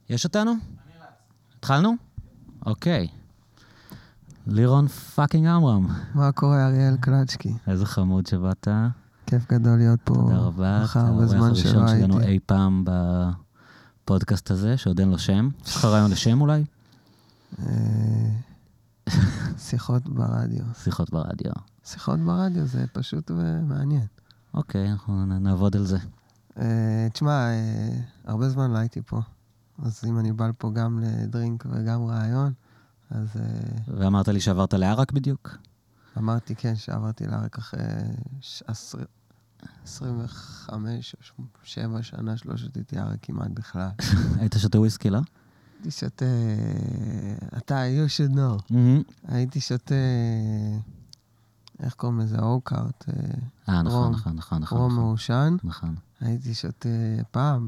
יש אותנו? התחלנו? אוקיי. לירון פאקינג עמרם. מה קורה, אריאל קלצ'קי? איזה חמוד שבאת. כיף גדול להיות פה. תודה רבה. אחר בזמן שלא הראשון שלנו הייתי. אי פעם בפודקאסט הזה, שעוד אין לו שם. יש לך רעיון לשם אולי? שיחות ברדיו. שיחות ברדיו. שיחות ברדיו זה פשוט ומעניין. אוקיי, אנחנו נעבוד על זה. תשמע, הרבה זמן לא הייתי פה. אז אם אני בא פה גם לדרינק וגם רעיון, אז ואמרת לי שעברת לערק בדיוק? אמרתי כן, שעברתי לערק אחרי 25 או 7 שנה שלא שתיתי ערק כמעט בכלל. היית שותה וויסקי, לא? הייתי שותה... אתה, you should know. הייתי שותה... איך קוראים לזה? אוקארט. נכון. רום מעושן. נכון. הייתי שותה פעם.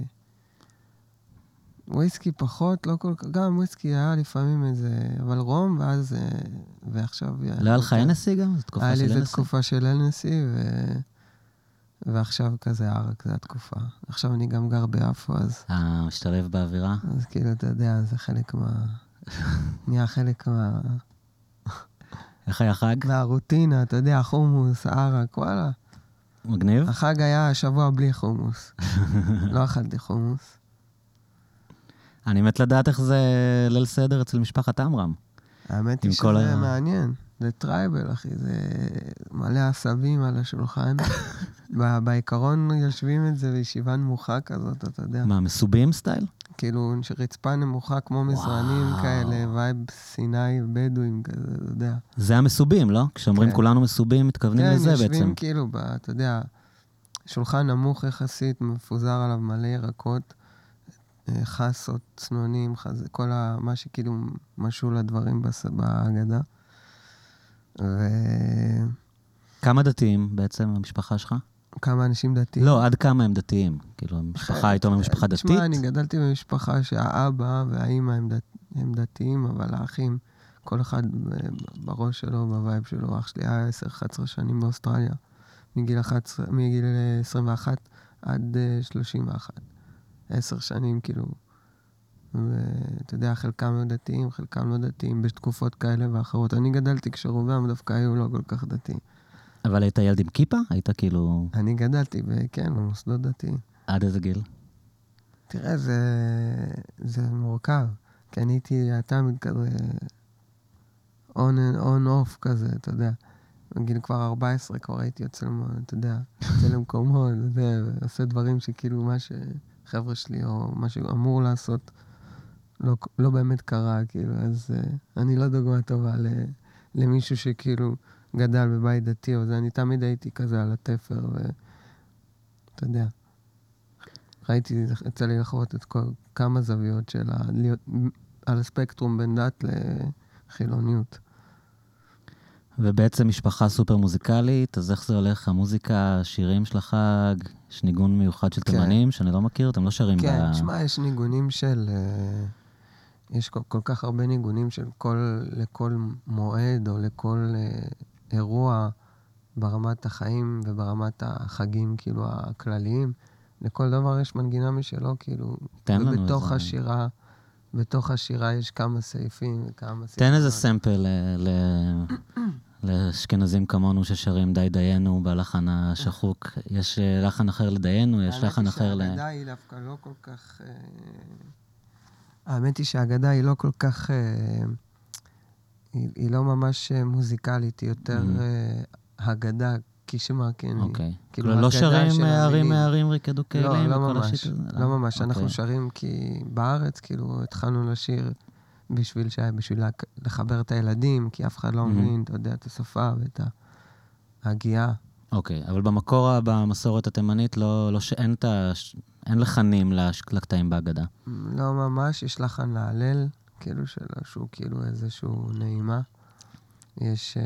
וויסקי פחות, לא כל כך... גם וויסקי היה לפעמים איזה... אבל רום, ואז... ועכשיו... לא היה לך אנסי גם? זו תקופה של אנסי? היה לי איזה תקופה של אנסי, ועכשיו כזה ערק, זו התקופה. עכשיו אני גם גר ביפו, אז... משתלב באווירה? אז כאילו, אתה יודע, זה חלק מה... נהיה חלק מה... איך היה חג? והרוטינה, אתה יודע, חומוס, ערק, וואלה. מגניב? החג היה שבוע בלי חומוס. לא אכלתי חומוס. אני מת לדעת איך זה ליל סדר אצל משפחת עמרם. האמת היא שזה מעניין. זה טרייבל, אחי. זה מלא עשבים על השולחן. בעיקרון יושבים את זה בישיבה נמוכה כזאת, אתה יודע. מה, מסובים סטייל? כאילו, רצפה נמוכה כמו מזרנים כאלה, וייב סיני בדואים כזה, אתה יודע. זה המסובים, לא? כשאומרים כולנו מסובים, מתכוונים לזה בעצם. כן, יושבים כאילו, אתה יודע, שולחן נמוך יחסית, מפוזר עליו מלא ירקות, חסות, צנונים, כל מה שכאילו משהו לדברים בהגדה. כמה דתיים בעצם המשפחה שלך? כמה אנשים דתיים? לא, עד כמה הם דתיים? כאילו, המשפחה הייתה משפחה דתית? תשמע, אני גדלתי במשפחה שהאבא והאמא הם דתיים, אבל האחים, כל אחד בראש שלו, בווייב שלו. אח שלי היה 10-11 שנים באוסטרליה, מגיל 21 עד 31. 10 שנים, כאילו. ואתה יודע, חלקם לא דתיים, חלקם לא דתיים, בתקופות כאלה ואחרות. אני גדלתי כשרובם דווקא היו לא כל כך דתיים. אבל היית ילד עם כיפה? היית כאילו... אני גדלתי, כן, במוסדות דתיים. עד איזה גיל? תראה, זה מורכב. כי אני הייתי תמיד כזה on-off כזה, אתה יודע. בגיל כבר 14 כבר הייתי יוצא למקומות, אתה יודע, ועושה דברים שכאילו מה שחבר'ה שלי או מה שאמור לעשות לא באמת קרה, כאילו. אז אני לא דוגמה טובה למישהו שכאילו גדל בבית דתי, או זה, אני תמיד הייתי כזה על התפר, ואתה יודע. ראיתי, יצא לי לחוות את כמה זוויות של על הספקטרום בין דת לחילוניות. ובעצם משפחה סופר מוזיקלית, אז איך זה הולך? המוזיקה, השירים של החג, יש ניגון מיוחד של תימנים, שאני לא מכיר, אתם לא שרים כן, תשמע, יש ניגונים של... יש כל כך הרבה ניגונים של לכל מועד או לכל אירוע ברמת החיים וברמת החגים, כאילו, הכלליים. לכל דבר יש מנגינה משלו, כאילו. תן לנו ובתוך השירה, בתוך השירה יש כמה סעיפים וכמה סעיפים. תן איזה סמפל לאשכנזים כמונו ששרים די דיינו בלחן השחוק. יש לחן אחר לדיינו, יש לחן אחר שהאגדה היא דווקא לא כל כך... האמת היא שהאגדה היא לא כל כך... היא לא ממש מוזיקלית, היא יותר הגדה, כשמה כן. אוקיי. כאילו לא שרים הערים ריקדו כאלים? לא ממש. לא ממש. אנחנו שרים כי בארץ, כאילו, התחלנו לשיר בשביל לחבר את הילדים, כי אף אחד לא מבין, אתה יודע, את השפה ואת ההגיעה. אוקיי, אבל במקור, במסורת התימנית, אין לחנים לקטעים בהגדה. לא ממש, יש לחן להלל, כאילו שהוא כאילו איזשהו נעימה. יש...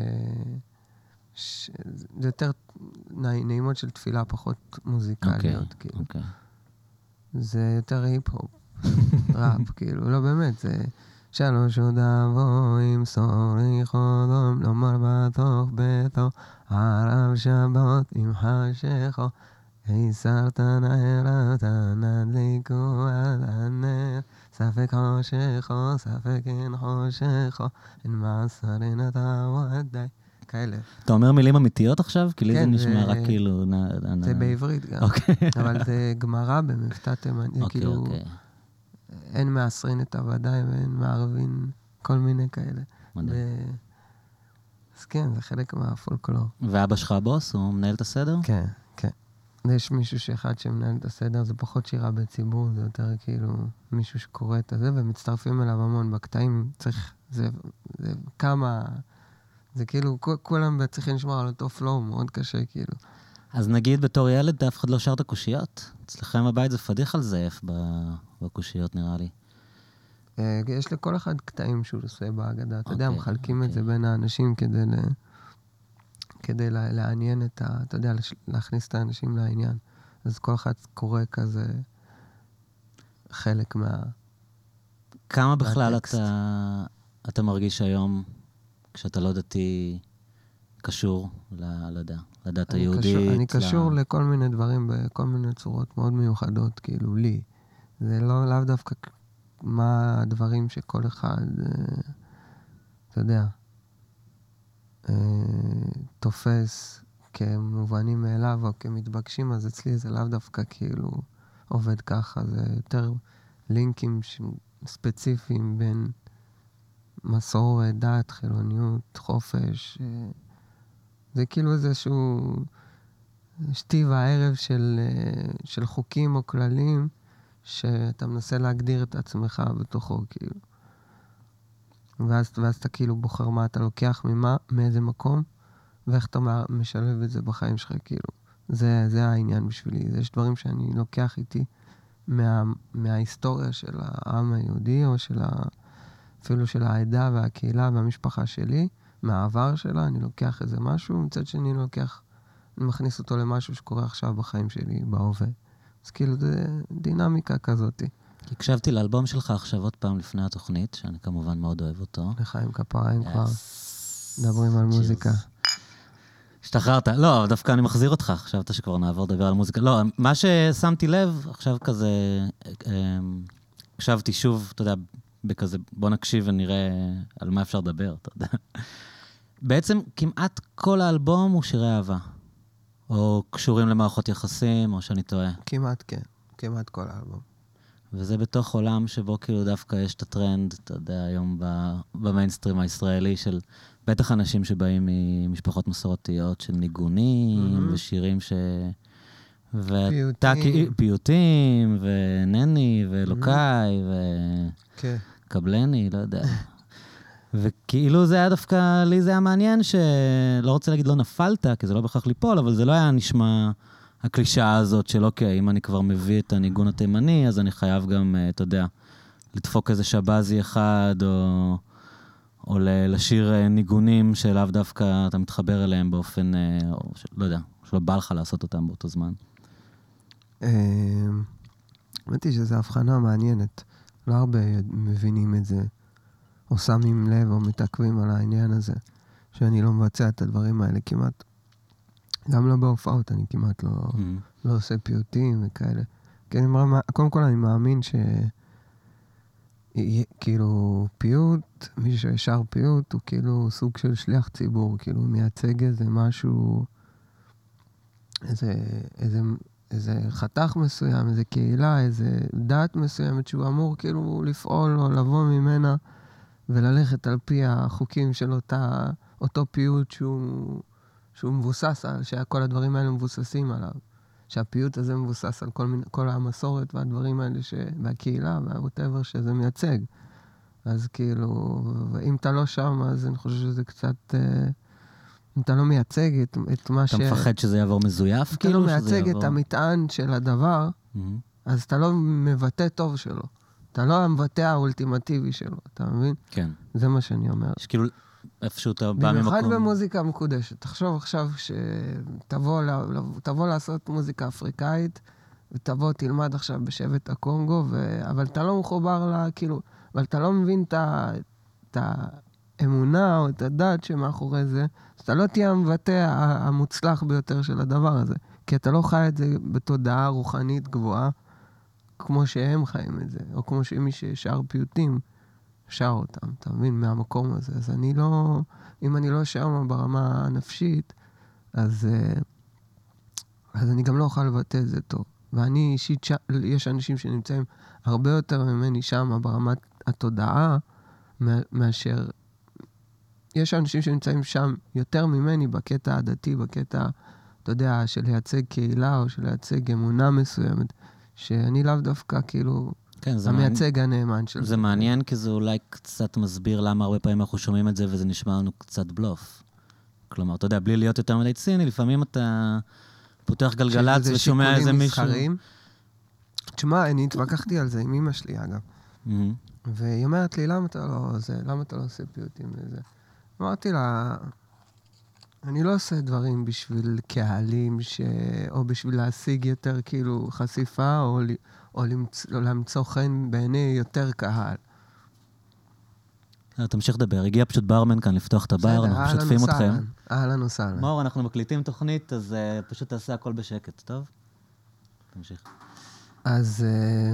זה יותר נעימות של תפילה, פחות מוזיקליות, כאילו. אוקיי. זה יותר היפ-הופ, ראפ, כאילו, לא באמת, זה... שלוש דבוים סורי חודום, לומר בתוך ביתו, ערב שבת עם חשכו. סרטן הערתן הדליקו על הנר, ספק חושכו, ספק אין חושכו, אין מעשרין אתה ועדי. כאלה. אתה אומר מילים אמיתיות עכשיו? כי לי זה כן, נשמע רק כאילו... זה בעברית גם. אוקיי. אבל זה גמרא במבטא תימני, כאילו... אוקיי. אין מעשרין את הוודאי ואין מערבין, כל מיני כאלה. מדהים. אז כן, זה חלק מהפולקלור. ואבא שלך הבוס? הוא מנהל את הסדר? כן, כן. יש מישהו שאחד שמנהל את הסדר, זה פחות שירה בציבור, זה יותר כאילו מישהו שקורא את הזה, ומצטרפים אליו המון בקטעים. צריך, זה כמה, זה כאילו, כולם צריכים לשמור על אותו פלואו, מאוד קשה כאילו. אז נגיד בתור ילד, אף אחד לא שר את הקושיות? אצלכם בבית זה פדיח על זייף בקושיות, נראה לי. יש לכל אחד קטעים שהוא עושה בהגדה. אתה יודע, מחלקים את זה בין האנשים כדי לעניין את ה... אתה יודע, להכניס את האנשים לעניין. אז כל אחד קורא כזה חלק כמה בכלל אתה מרגיש היום, כשאתה לא דתי, קשור לדת היהודית? אני קשור לכל מיני דברים, בכל מיני צורות מאוד מיוחדות, כאילו לי. זה לאו דווקא מה הדברים שכל אחד, אתה יודע, תופס כמובנים מאליו או כמתבקשים, אז אצלי זה לאו דווקא כאילו עובד ככה, זה יותר לינקים ספציפיים בין מסורת, דת, חילוניות, חופש. זה כאילו איזשהו שתי הערב של חוקים או כללים שאתה מנסה להגדיר את עצמך בתוכו, כאילו. ואז אתה כאילו בוחר מה אתה לוקח מאיזה מקום, ואיך אתה משלב את זה בחיים שלך, כאילו. זה העניין בשבילי. יש דברים שאני לוקח איתי מההיסטוריה של העם היהודי, או אפילו של העדה והקהילה והמשפחה שלי, מהעבר שלה, אני לוקח איזה משהו, מצד שני אני מכניס אותו למשהו שקורה עכשיו בחיים שלי, בהווה. אז כאילו זה דינמיקה כזאת. הקשבתי לאלבום שלך עכשיו עוד פעם לפני התוכנית, שאני כמובן מאוד אוהב אותו. לחיים כפריים כבר מדברים על מוזיקה. השתחררת. לא, דווקא אני מחזיר אותך. חשבת שכבר נעבור לדבר על מוזיקה. לא, מה ששמתי לב, עכשיו כזה, הקשבתי שוב, אתה יודע, בכזה, בוא נקשיב ונראה על מה אפשר לדבר, אתה יודע. בעצם כמעט כל האלבום הוא שירי אהבה. או קשורים למערכות יחסים, או שאני טועה. כמעט כן, כמעט כל האלבום. וזה בתוך עולם שבו כאילו דווקא יש את הטרנד, אתה יודע, היום במיינסטרים הישראלי של בטח אנשים שבאים ממשפחות מסורתיות של ניגונים ושירים פיוטים, ונני, ואלוקאי, וקבלני, לא יודע. וכאילו זה היה דווקא, לי זה היה מעניין שלא רוצה להגיד לא נפלת, כי זה לא בכך ליפול, אבל זה לא היה נשמע הקלישאה הזאת של אוקיי, אם אני כבר מביא את הניגון התימני, אז אני חייב גם, אתה יודע, לדפוק איזה שבזי אחד, או לשיר ניגונים שלאו דווקא אתה מתחבר אליהם באופן, או לא יודע, שלא בא לך לעשות אותם באותו זמן. אמרתי שזו הבחנה מעניינת. לא הרבה מבינים את זה, או שמים לב, או מתעכבים על העניין הזה, שאני לא מבצע את הדברים האלה כמעט. גם לא בהופעות, אני כמעט לא עושה פיוטים וכאלה. קודם כל אני מאמין כאילו פיוט, מי שישר פיוט, הוא כאילו סוג של שליח ציבור, כאילו הוא מייצג איזה משהו, איזה חתך מסוים, איזה קהילה, איזה דת מסוימת שהוא אמור כאילו לפעול או לבוא ממנה וללכת על פי החוקים של אותו פיוט שהוא מבוסס על, שכל הדברים האלה מבוססים עליו. שהפיוט הזה מבוסס על כל המסורת והדברים האלה והקהילה והווטאבר שזה מייצג. אז כאילו, אם אתה לא שם, אז אני חושב שזה קצת, אם אתה לא מייצג את מה אתה מפחד שזה יעבור מזויף? אתה לא מייצג את המטען של הדבר, אז אתה לא מבטא טוב שלו. אתה לא המבטא האולטימטיבי שלו, אתה מבין? כן. זה מה שאני אומר. שכאילו, איפשהו אתה בא ממקום. במיוחד במוזיקה מקודשת. תחשוב עכשיו שתבוא לעשות מוזיקה אפריקאית, ותבוא תלמד עכשיו בשבט הקונגו, אבל אתה לא מחובר לה, כאילו, אבל אתה לא מבין את האמונה או את הדת שמאחורי זה, אז אתה לא תהיה המבטא המוצלח ביותר של הדבר הזה. כי אתה לא חי את זה בתודעה רוחנית גבוהה, כמו שהם חיים את זה, או כמו שמי ששר פיוטים, שר אותם, אתה מבין? מהמקום הזה. אז אני לא, אם אני לא שם ברמה הנפשית, אז אני גם לא אוכל לבטא את זה טוב. ואני אישית, יש אנשים שנמצאים הרבה יותר ממני שם ברמת התודעה, מאשר, יש אנשים שנמצאים שם יותר ממני בקטע הדתי, בקטע, אתה יודע, של לייצג קהילה או של לייצג אמונה מסוימת, שאני לאו דווקא כאילו כן, המייצג הנאמן של זה. זה מעניין כי זה אולי קצת מסביר למה הרבה פעמים אנחנו שומעים את זה וזה נשמע לנו קצת בלוף. כלומר, אתה יודע, בלי להיות יותר מדי ציני, לפעמים אתה פותח גלגלצ ושומע איזה מישהו. תשמע, אני התווכחתי על זה עם אמא שלי, אגב. והיא אומרת לי, למה אתה לא עושה פיוטים לזה? אמרתי לה, אני לא עושה דברים בשביל קהלים, או בשביל להשיג יותר כאילו חשיפה, או למצוא חן בעיני יותר קהל. תמשיך לדבר. הגיע פשוט ברמן כאן לפתוח את הבר, אנחנו משתפים אתכם. אהלן וסהלן. מור, אנחנו מקליטים תוכנית, אז פשוט תעשה הכל בשקט, טוב? תמשיך. אז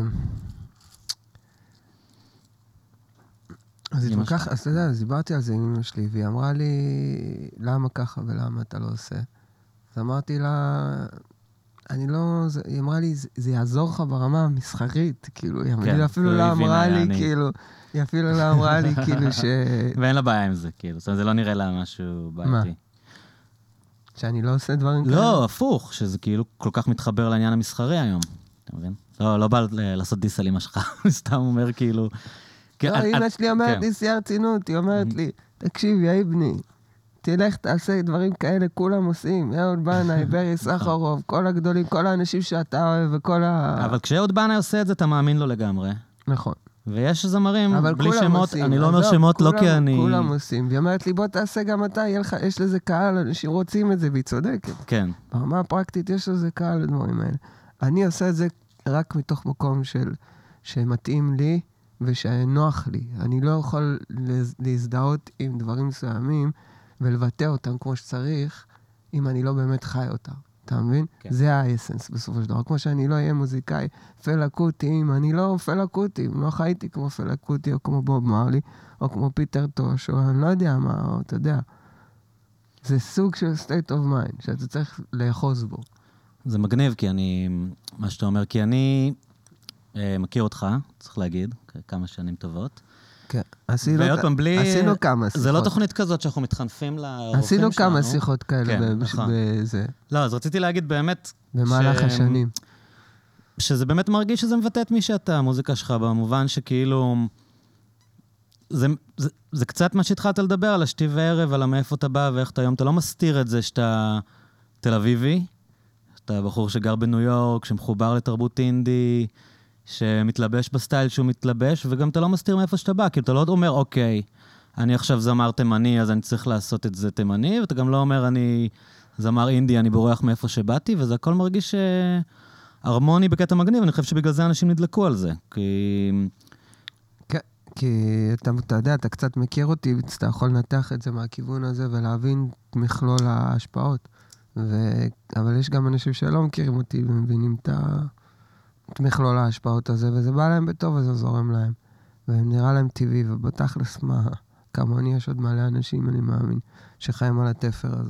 אתה יודע, אז דיברתי על זה עם אמא שלי, והיא אמרה לי, למה ככה ולמה אתה לא עושה? אז אמרתי לה, היא אמרה לי, זה יעזור לך ברמה המסחרית, כאילו, היא אפילו לא אמרה לי, כאילו, ש... ואין לה בעיה עם זה, כאילו, זאת אומרת, זה לא נראה לה משהו בעייתי. שאני לא עושה דברים כאלה? לא, הפוך, שזה כאילו כל כך מתחבר לעניין המסחרי היום, אתה מבין? לא בא לעשות דיס על אמא שלך, סתם אומר כאילו... לא, אמא שלי אומרת לי, שיא הרצינות, היא אומרת לי, תקשיב, יא בני, תלך, תעשה דברים כאלה, כולם עושים, אהוד בנאי, ברי סחרוף, כל הגדולים, כל האנשים שאתה אוהב וכל אבל כשאהוד בנאי עושה את זה, אתה מאמין לו לגמרי. נכון. ויש זמרים בלי שמות, אני לא אומר שמות, לא כי אני... כולם עושים, והיא אומרת לי, בוא תעשה גם אתה, יש לזה קהל, אנשים רוצים את זה, והיא צודקת. כן. ברמה הפרקטית יש לזה קהל לדברים האלה. אני עושה את זה רק מתוך מקום שמתאים לי, ושנוח לי. אני לא יכול להזדהות עם דברים מסוימים ולבטא אותם כמו שצריך, אם אני לא באמת חי אותם. אתה מבין? כן. זה האסנס בסופו של דבר. כמו שאני לא אהיה מוזיקאי פלה קוטי, אם אני לא פלה קוטי, אם לא חייתי כמו פלה קוטי, או כמו בוב מרלי, או כמו פיטר טוש, או אני לא יודע מה, או אתה יודע. זה סוג של state of mind, שאתה צריך לאחוז בו. זה מגניב, כי מה שאתה אומר, כי אני... מכיר אותך, צריך להגיד, כמה שנים טובות. כן. ועוד פעם, בלי... עשינו כמה שיחות. זה לא תוכנית כזאת שאנחנו מתחנפים לאורחים שלנו. עשינו כמה שיחות כאלה בזה. לא, אז רציתי להגיד באמת... במהלך השנים. שזה באמת מרגיש שזה מבטא את מי שאתה, המוזיקה שלך, במובן שכאילו... זה קצת מה שהתחלת לדבר על השתי וערב, על מאיפה אתה בא ואיך אתה היום. אתה לא מסתיר את זה שאתה תל אביבי, אתה בחור שגר בניו יורק, שמחובר לתרבות אינדי, שמתלבש בסטייל שהוא מתלבש, וגם אתה לא מסתיר מאיפה שאתה בא, כי אתה לא אומר, אוקיי, אני עכשיו זמר תימני, אז אני צריך לעשות את זה תימני, ואתה גם לא אומר, אני זמר אינדי, אני בורח מאיפה שבאתי, וזה הכל מרגיש הרמוני בקטע מגניב, אני חושב שבגלל זה אנשים נדלקו על זה, כי אתה יודע, אתה קצת מכיר אותי, אתה יכול לנתח את זה מהכיוון הזה, ולהבין מכלול ההשפעות. אבל יש גם אנשים שלא מכירים אותי, ומבינים את מכלול ההשפעות הזה, וזה בא להם בטוב, וזה זורם להם. ונראה להם טבעי, ובתכלס מה, כמוני יש עוד מלא אנשים, אני מאמין, שחיים על התפר הזה.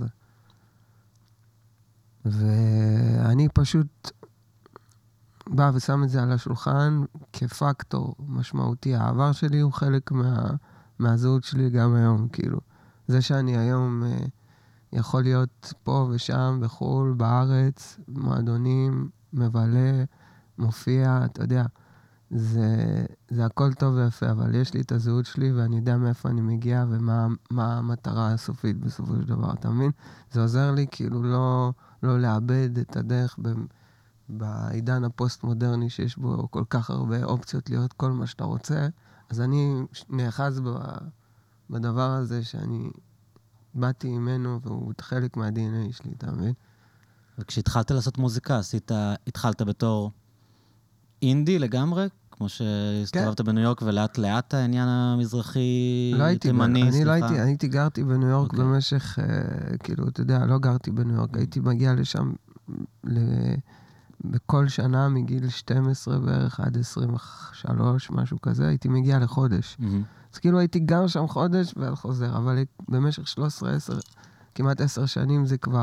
ואני פשוט בא ושם את זה על השולחן כפקטור משמעותי. העבר שלי הוא חלק מהזהות שלי גם היום, כאילו. זה שאני היום יכול להיות פה ושם, בחול, בארץ, מועדונים, מבלה, מופיע, אתה יודע. זה הכל טוב ויפה, אבל יש לי את הזהות שלי ואני יודע מאיפה אני מגיע ומה המטרה הסופית בסופו של דבר, אתה מבין? זה עוזר לי כאילו לא לאבד את הדרך בעידן הפוסט-מודרני שיש בו כל כך הרבה אופציות להיות כל מה שאתה רוצה, אז אני נאחז בדבר הזה שאני באתי ממנו והוא חלק מה-DNA שלי, אתה מבין? וכשהתחלת לעשות מוזיקה, התחלת בתור אינדי לגמרי? כמו שהסתובבת בניו יורק ולאט לאט העניין המזרחי תימני, סליחה? אני גרתי בניו יורק במשך, כאילו, אתה יודע, לא גרתי בניו יורק, הייתי מגיע לשם בכל שנה מגיל 12 בערך עד 23, משהו כזה, הייתי מגיע לחודש. אז כאילו הייתי גר שם חודש וחוזר, אבל במשך 13, כמעט 10 שנים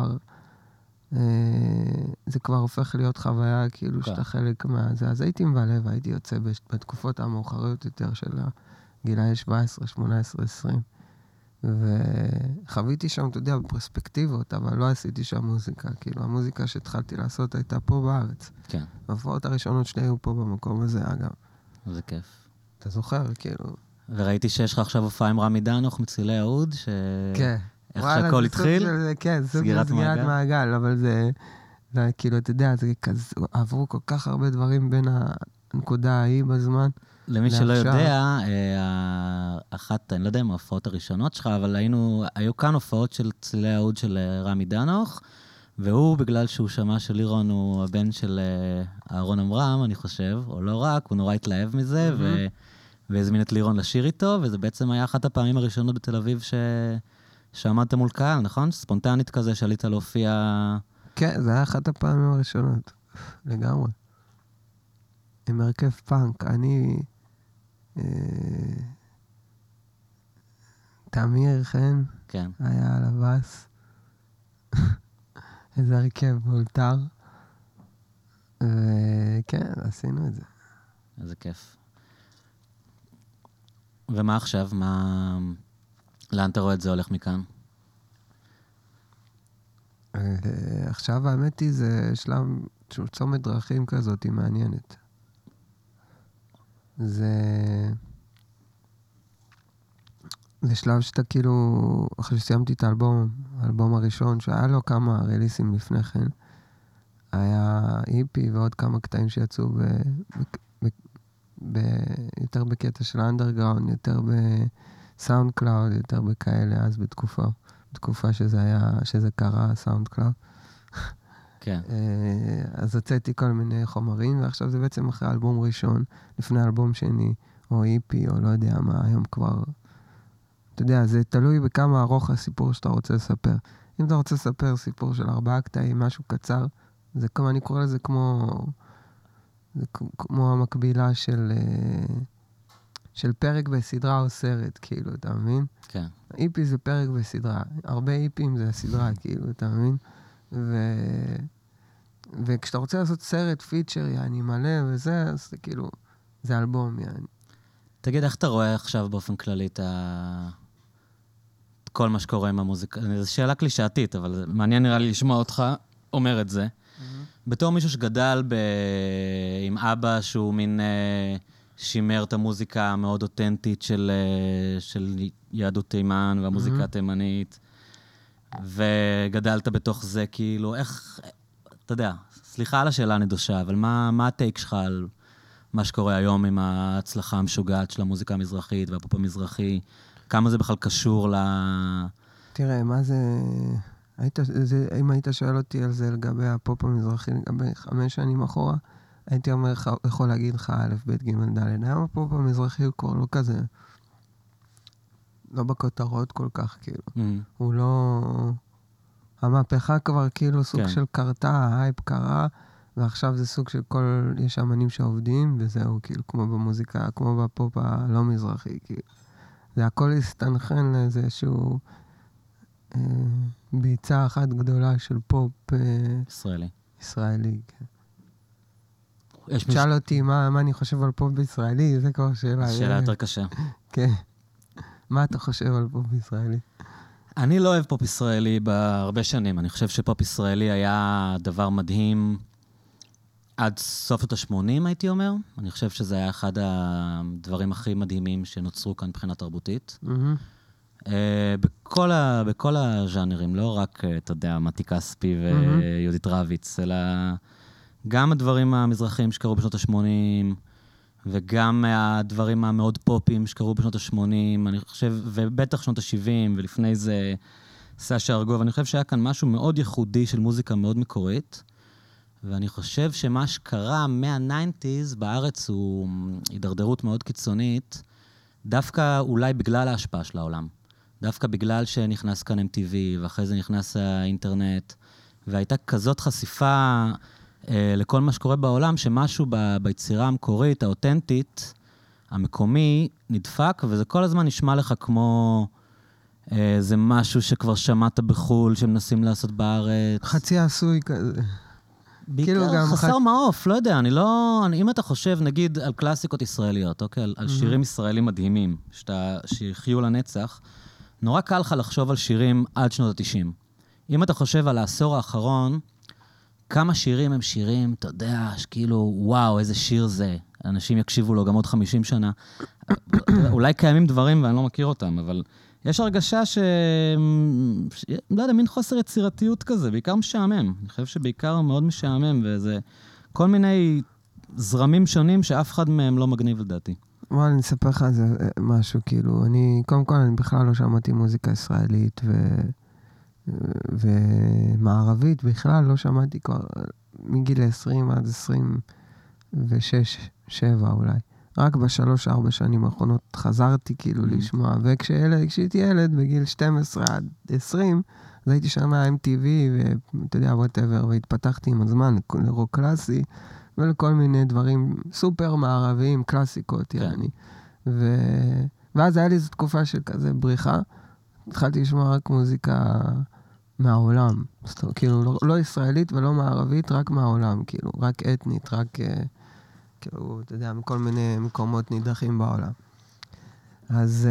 זה כבר הופך להיות חוויה, כאילו שאתה חלק מהזה. אז הייתי מבלה והייתי יוצא בתקופות המאוחרות יותר של גילאי 17, 18, 20. וחוויתי שם, אתה יודע, בפרספקטיבות, אבל לא עשיתי שם מוזיקה. כאילו, המוזיקה שהתחלתי לעשות הייתה פה בארץ. כן. ההופעות הראשונות שלי היו פה במקום הזה, אגב. זה כיף. אתה זוכר, כאילו... וראיתי שיש לך עכשיו הופעה עם רמי דנוך מצילי ההוד, כן. איך שהכל התחיל? כן, זה סגירת מעגל, אבל זה כאילו, אתה יודע, זה כזה, עברו כל כך הרבה דברים בין הנקודה ההיא בזמן. למי שלא יודע, אחת, אני לא יודע אם ההופעות הראשונות שלך, אבל היו כאן הופעות של צילי ההוד של רמי דנוך, והוא, בגלל שהוא שמע שלירון הוא הבן של אהרון אמרם, אני חושב, או לא רק, הוא נורא התלהב מזה, והזמין את לירון לשיר איתו, וזה בעצם היה אחת הפעמים הראשונות בתל אביב שעמדת מול קהל, נכון? ספונטנית כזה, שעלית להופיע... כן, זה היה אחת הפעמים הראשונות, לגמרי. עם הרכב פאנק, אני... תמיר חן, כן. היה על הבאס. איזה הרכב מולתר. וכן, עשינו את זה. איזה כיף. ומה עכשיו? לאן אתה רואה את זה הולך מכאן? עכשיו האמת היא זה שלב שהוא צומת דרכים כזאת, היא מעניינת. זה שלב שאתה כאילו, אחרי שסיימתי את האלבום הראשון, שהיה לו כמה ריליסים לפני כן, היה איפי ועוד כמה קטעים שיצאו יותר בקטע של אנדרגראונד, יותר בסאונד קלאוד, יותר בכאלה, אז בתקופה שזה קרה, סאונד קלאוד. כן. אז הוצאתי כל מיני חומרים, ועכשיו זה בעצם אחרי אלבום ראשון, לפני אלבום שני, או איפי, או לא יודע מה, היום כבר... אתה יודע, זה תלוי בכמה ארוך הסיפור שאתה רוצה לספר. אם אתה רוצה לספר סיפור של 4 קטעים, משהו קצר, זה כמו, אני קורא לזה כמו המקבילה של פרק בסדרה או סרט, כאילו, אתה מבין? כן. איפי זה פרק בסדרה. הרבה איפים זה הסדרה, כאילו, אתה מבין? וכשאתה רוצה לעשות סרט, פיצ'ר, יעני מלא וזה, אז זה כאילו, זה אלבום, יעני. תגיד, איך אתה רואה עכשיו באופן כללי את כל מה שקורה עם המוזיקה? זו שאלה קלישאתית, אבל מעניין נראה לי לשמוע אותך אומר את זה. בתור מישהו שגדל עם אבא שהוא מין שימר את המוזיקה המאוד אותנטית של יהדות תימן והמוזיקה התימנית, וגדלת בתוך זה, כאילו, איך, אתה יודע, סליחה על השאלה הנדושה, אבל מה הטייק שלך על מה שקורה היום עם ההצלחה המשוגעת של המוזיקה המזרחית והפופ המזרחי? כמה זה בכלל קשור תראה, מה זה... אם היית שואל אותי על זה לגבי הפופ המזרחי, לגבי 5 שנים אחורה, הייתי יכול להגיד לך א', ב', ג', ד'. היום הפופ המזרחי הוא כבר לא כזה... לא בכותרות כל כך, כאילו. הוא לא... המהפכה כבר כאילו סוג של קרתה, ההייפ קרה, ועכשיו זה סוג של יש אמנים שעובדים, וזהו, כאילו, כמו במוזיקה, כמו בפופ הלא מזרחי, כאילו. זה הכל הסתנחן לאיזשהו ביצה אחת גדולה של פופ... ישראלי, כן. תשאל אותי מה אני חושב על פופ בישראלי, זה כבר שאלה. שאלה יותר קשה. כן. מה אתה חושב על פופ ישראלי? אני לא אוהב פופ ישראלי בהרבה שנים. אני חושב שפופ ישראלי היה דבר מדהים עד סוף ה-80, הייתי אומר. אני חושב שזה היה אחד הדברים הכי מדהימים שנוצרו כאן מבחינה תרבותית. בכל הז'אנרים, לא רק, אתה יודע, מתי כספי ויהודית רביץ, אלא גם הדברים המזרחיים שקרו בשנות ה-80, וגם הדברים המאוד פופיים שקרו בשנות ה-80, אני חושב, ובטח שנות ה-70, ולפני זה סשה ארגוב. אני חושב שהיה כאן משהו מאוד ייחודי של מוזיקה מאוד מקורית, ואני חושב שמה שקרה מה-90s בארץ הוא הידרדרות מאוד קיצונית, דווקא אולי בגלל ההשפעה של העולם. דווקא בגלל שנכנס כאן MTV, ואחרי זה נכנס האינטרנט, והייתה כזאת חשיפה לכל מה שקורה בעולם, שמשהו ביצירה המקורית, האותנטית, המקומי, נדפק, וזה כל הזמן נשמע לך כמו זה משהו שכבר שמעת בחול, שמנסים לעשות בארץ. חצי עשוי כזה. בעיקר חסר מעוף, לא יודע, אם אתה חושב, נגיד, על קלאסיקות ישראליות, אוקיי? על שירים ישראלים מדהימים, שיחיו לנצח, נורא קל לך לחשוב על שירים עד שנות ה-90. אם אתה חושב על העשור האחרון, כמה שירים הם שירים, אתה יודע, שכאילו, וואו, איזה שיר זה. אנשים יקשיבו לו גם עוד 50 שנה. אולי קיימים דברים ואני לא מכיר אותם, אבל יש הרגשה לא יודע, מין חוסר יצירתיות כזה, בעיקר משעמם. אני חושב שבעיקר מאוד משעמם, וזה כל מיני זרמים שונים שאף אחד מהם לא מגניב לדעתי. וואי, אני אספר לך על זה משהו, כאילו, קודם כל, אני בכלל לא שמעתי מוזיקה ישראלית ומערבית, בכלל לא שמעתי כבר מגיל 20 עד 26, 7 אולי. רק ב3-4 שנים האחרונות חזרתי כאילו לשמוע, וכשהייתי ילד בגיל 12 עד 20, אז הייתי שמה MTV, ואתה יודע, whatever, והתפתחתי עם הזמן לרוק קלאסי, ולכל מיני דברים סופר מערביים, קלאסיקות, יעני. ואז היה לי איזו תקופה של כזה בריחה, התחלתי לשמוע רק מוזיקה מהעולם, כאילו לא ישראלית ולא מערבית, רק מהעולם, כאילו, רק אתנית, רק כאילו, אתה יודע, מכל מיני מקומות נידחים בעולם. אז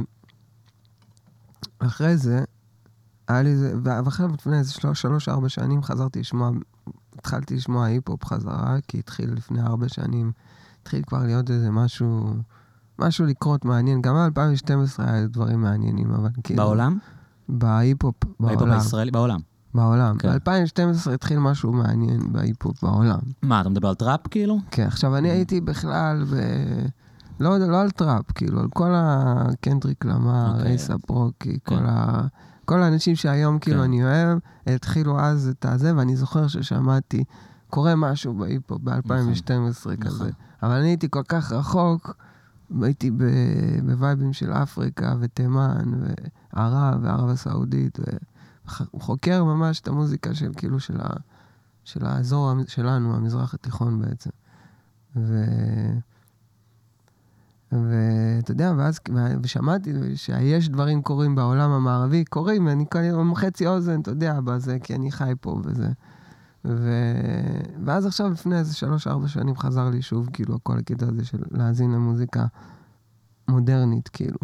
אחרי זה, היה לי זה, ואחרי לפני איזה 3-4 שנים חזרתי לשמוע, התחלתי לשמוע היפ-הופ חזרה, כי התחיל לפני 4 שנים, התחיל כבר להיות איזה משהו לקרות מעניין. גם ב-2012 היה דברים מעניינים, אבל כאילו... בעולם? בהיפ-הופ, בעולם. בהיפ-הופ הישראלי, בעולם. בעולם. ב-2012 התחיל משהו מעניין בהיפ-הופ בעולם. מה, אתה מדבר על טראפ כאילו? כן, עכשיו אני הייתי בכלל לא על טראפ, כאילו, על כל הקנדריק למר, אייסאפ רוקי, כל האנשים שהיום כאילו אני אוהב, התחילו אז את הזה, ואני זוכר ששמעתי, קורה משהו בהיפ-הופ ב-2012 כזה. אבל אני הייתי כל כך רחוק, הייתי בווייבים של אפריקה ותימן וערב וערב הסעודית, וחוקר ממש את המוזיקה של כאילו של האזור שלנו, המזרח התיכון בעצם. ואתה יודע, ושמעתי שיש דברים קורים בעולם המערבי, קורים, ואני כאן חצי אוזן, אתה יודע, בזה, כי אני חי פה וזה. ואז עכשיו לפני איזה 3-4 שנים חזר לי שוב, כאילו, כל הקטע הזה של להאזין למוזיקה מודרנית, כאילו.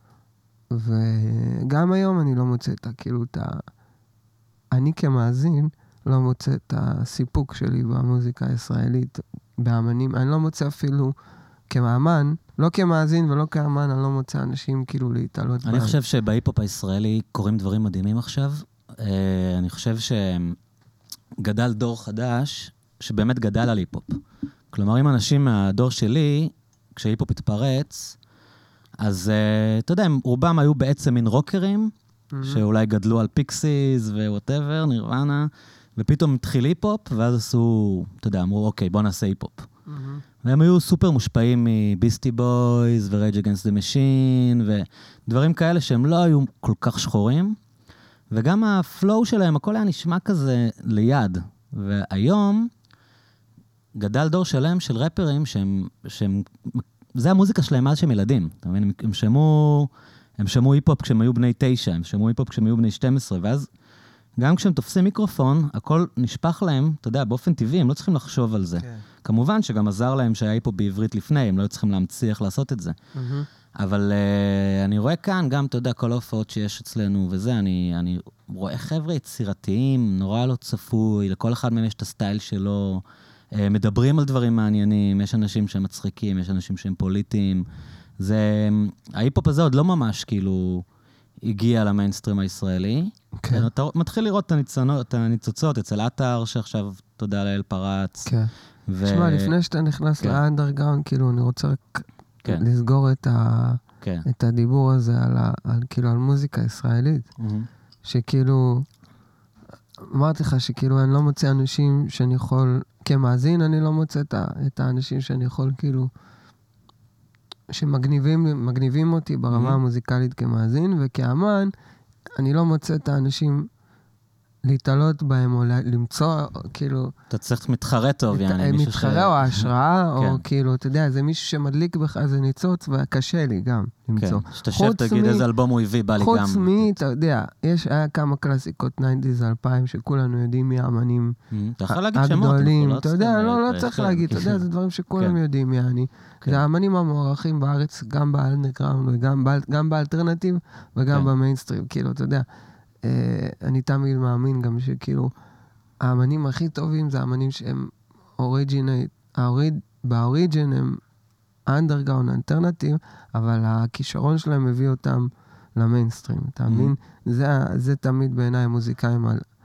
וגם היום אני לא מוצא כאילו, אני כמאזין לא מוצא את הסיפוק שלי במוזיקה הישראלית, באמנים. אני לא מוצא אפילו כמאמן, לא כמאזין ולא כאמן, אני לא מוצא אנשים כאילו להתעלות בהם. אני חושב שבהיפ-הופ הישראלי קורים דברים מדהימים עכשיו. אני חושב שגדל דור חדש, שבאמת גדל על היפ-הופ. כלומר, אם אנשים מהדור שלי, כשהיפ-הופ התפרץ, אז אתה יודע, רובם היו בעצם מין רוקרים, שאולי גדלו על פיקסיס ווואטאבר, נירוונה, ופתאום התחיל היפ-הופ, ואז עשו, אתה יודע, אמרו, אוקיי, בוא נעשה היפ-הופ. והם היו סופר מושפעים מביסטי בויז ורייג' אגנסט דה משין, ודברים כאלה שהם לא היו כל כך שחורים, וגם הפלואו שלהם, הכל היה נשמע כזה ליד. והיום גדל דור שלם של רפרים שהם זה המוזיקה שלהם מאז שהם ילדים. אתה מבין? הם שמעו היפ-הופ כשהם היו בני 9, הם שמעו היפ-הופ כשהם היו בני 12, ואז גם כשהם תופסים מיקרופון, הכל נשפך להם, אתה יודע, באופן טבעי, הם לא צריכים לחשוב על זה. כמובן שגם עזר להם שהיה היפ-הופ בעברית לפני, הם לא צריכים להמציא לעשות את זה. אבל אני רואה כאן גם, אתה יודע, כל ההופעות שיש אצלנו וזה, אני רואה חבר'ה יצירתיים, נורא לא צפוי, לכל אחד מהם יש את הסטייל שלו, מדברים על דברים מעניינים, יש אנשים שהם מצחיקים, יש אנשים שהם פוליטיים. ההיפ-הופ הזה עוד לא ממש כאילו הגיע למיינסטרים הישראלי. כן. אתה מתחיל לראות את הניצוצות אצל אתר, שעכשיו, תודה לאל, פרץ. כן. תשמע, לפני שאתה נכנס לאנדרגראונד, כאילו, אני רוצה רק לסגור את הדיבור הזה על מוזיקה ישראלית. שכאילו, אמרתי לך שכאילו אני לא מוצא אנשים שאני יכול, כמאזין, אני לא מוצא את האנשים שאני יכול כאילו, שמגניבים אותי ברמה המוזיקלית כמאזין, וכאמן, אני לא מוצא את האנשים להתעלות בהם, או למצוא, כאילו... אתה צריך מתחרה טוב, יעני. מתחרה או השראה, או כאילו, אתה יודע, זה מישהו שמדליק בך איזה ניצוץ, וקשה לי גם למצוא. כן, שתשב, תגיד איזה אלבום הוא הביא, בא לי גם. חוץ אתה יודע, היה כמה קלאסיקות 90s, 2000, שכולנו יודעים מי האמנים הגדולים. אתה יודע, לא צריך להגיד, אתה יודע, זה דברים שכולם יודעים, יעני. זה האמנים המוערכים בארץ, גם באנדרגראונד, וגם באלטרנטיב, וגם במיינסטרים, כאילו, אתה יודע. אני תמיד מאמין גם שכאילו, האמנים הכי טובים זה האמנים שהם באוריג'ן הם אנדרגראונד, אלטרנטיב, אבל הכישרון שלהם מביא אותם למיינסטרים, אתה מבין? זה תמיד בעיניי מוזיקאים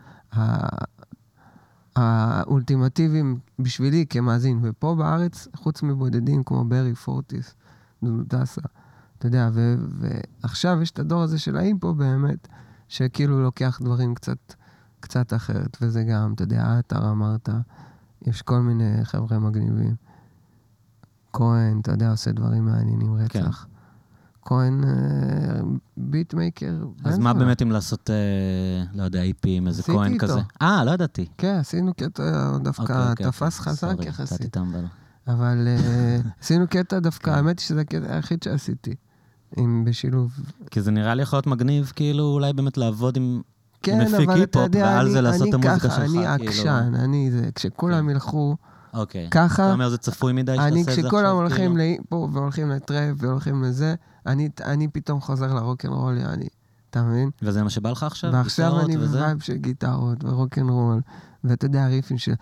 האולטימטיביים בשבילי כמאזין, ופה בארץ, חוץ מבודדים כמו ברי פורטיס, דודסה, אתה יודע, ועכשיו יש את הדור הזה של ההיפו באמת, שכאילו לוקח דברים קצת אחרת, וזה גם, אתה יודע, אתה אמרת, יש כל מיני חבר'ה מגניבים. כהן, אתה יודע, עושה דברים מעניינים רצח. כהן, ביטמייקר. אז מה באמת אם לעשות, לא יודע, איפים, איזה כהן כזה? לא ידעתי. כן, עשינו קטע, דווקא תפס חזק יחסית. אבל עשינו קטע דווקא, האמת היא שזה הקטע היחיד שעשיתי. בשילוב. כי זה נראה לי יכול להיות מגניב, כאילו אולי באמת לעבוד עם מפיק היפ-הופ, ועל זה לעשות את המוזיקה שלך. אני עקשן, כשכולם ילכו ככה, אתה אומר זה צפוי מדי שתעשה את זה עכשיו? כשכולם הולכים להיפ-הופ והולכים לטראפ והולכים לזה, אני פתאום חוזר לרוק'נ'רול, אתה מבין? וזה מה שבא לך עכשיו? ועכשיו אני בווייב של גיטרות ורוק'נ'רול, ואתה יודע, הריפים של...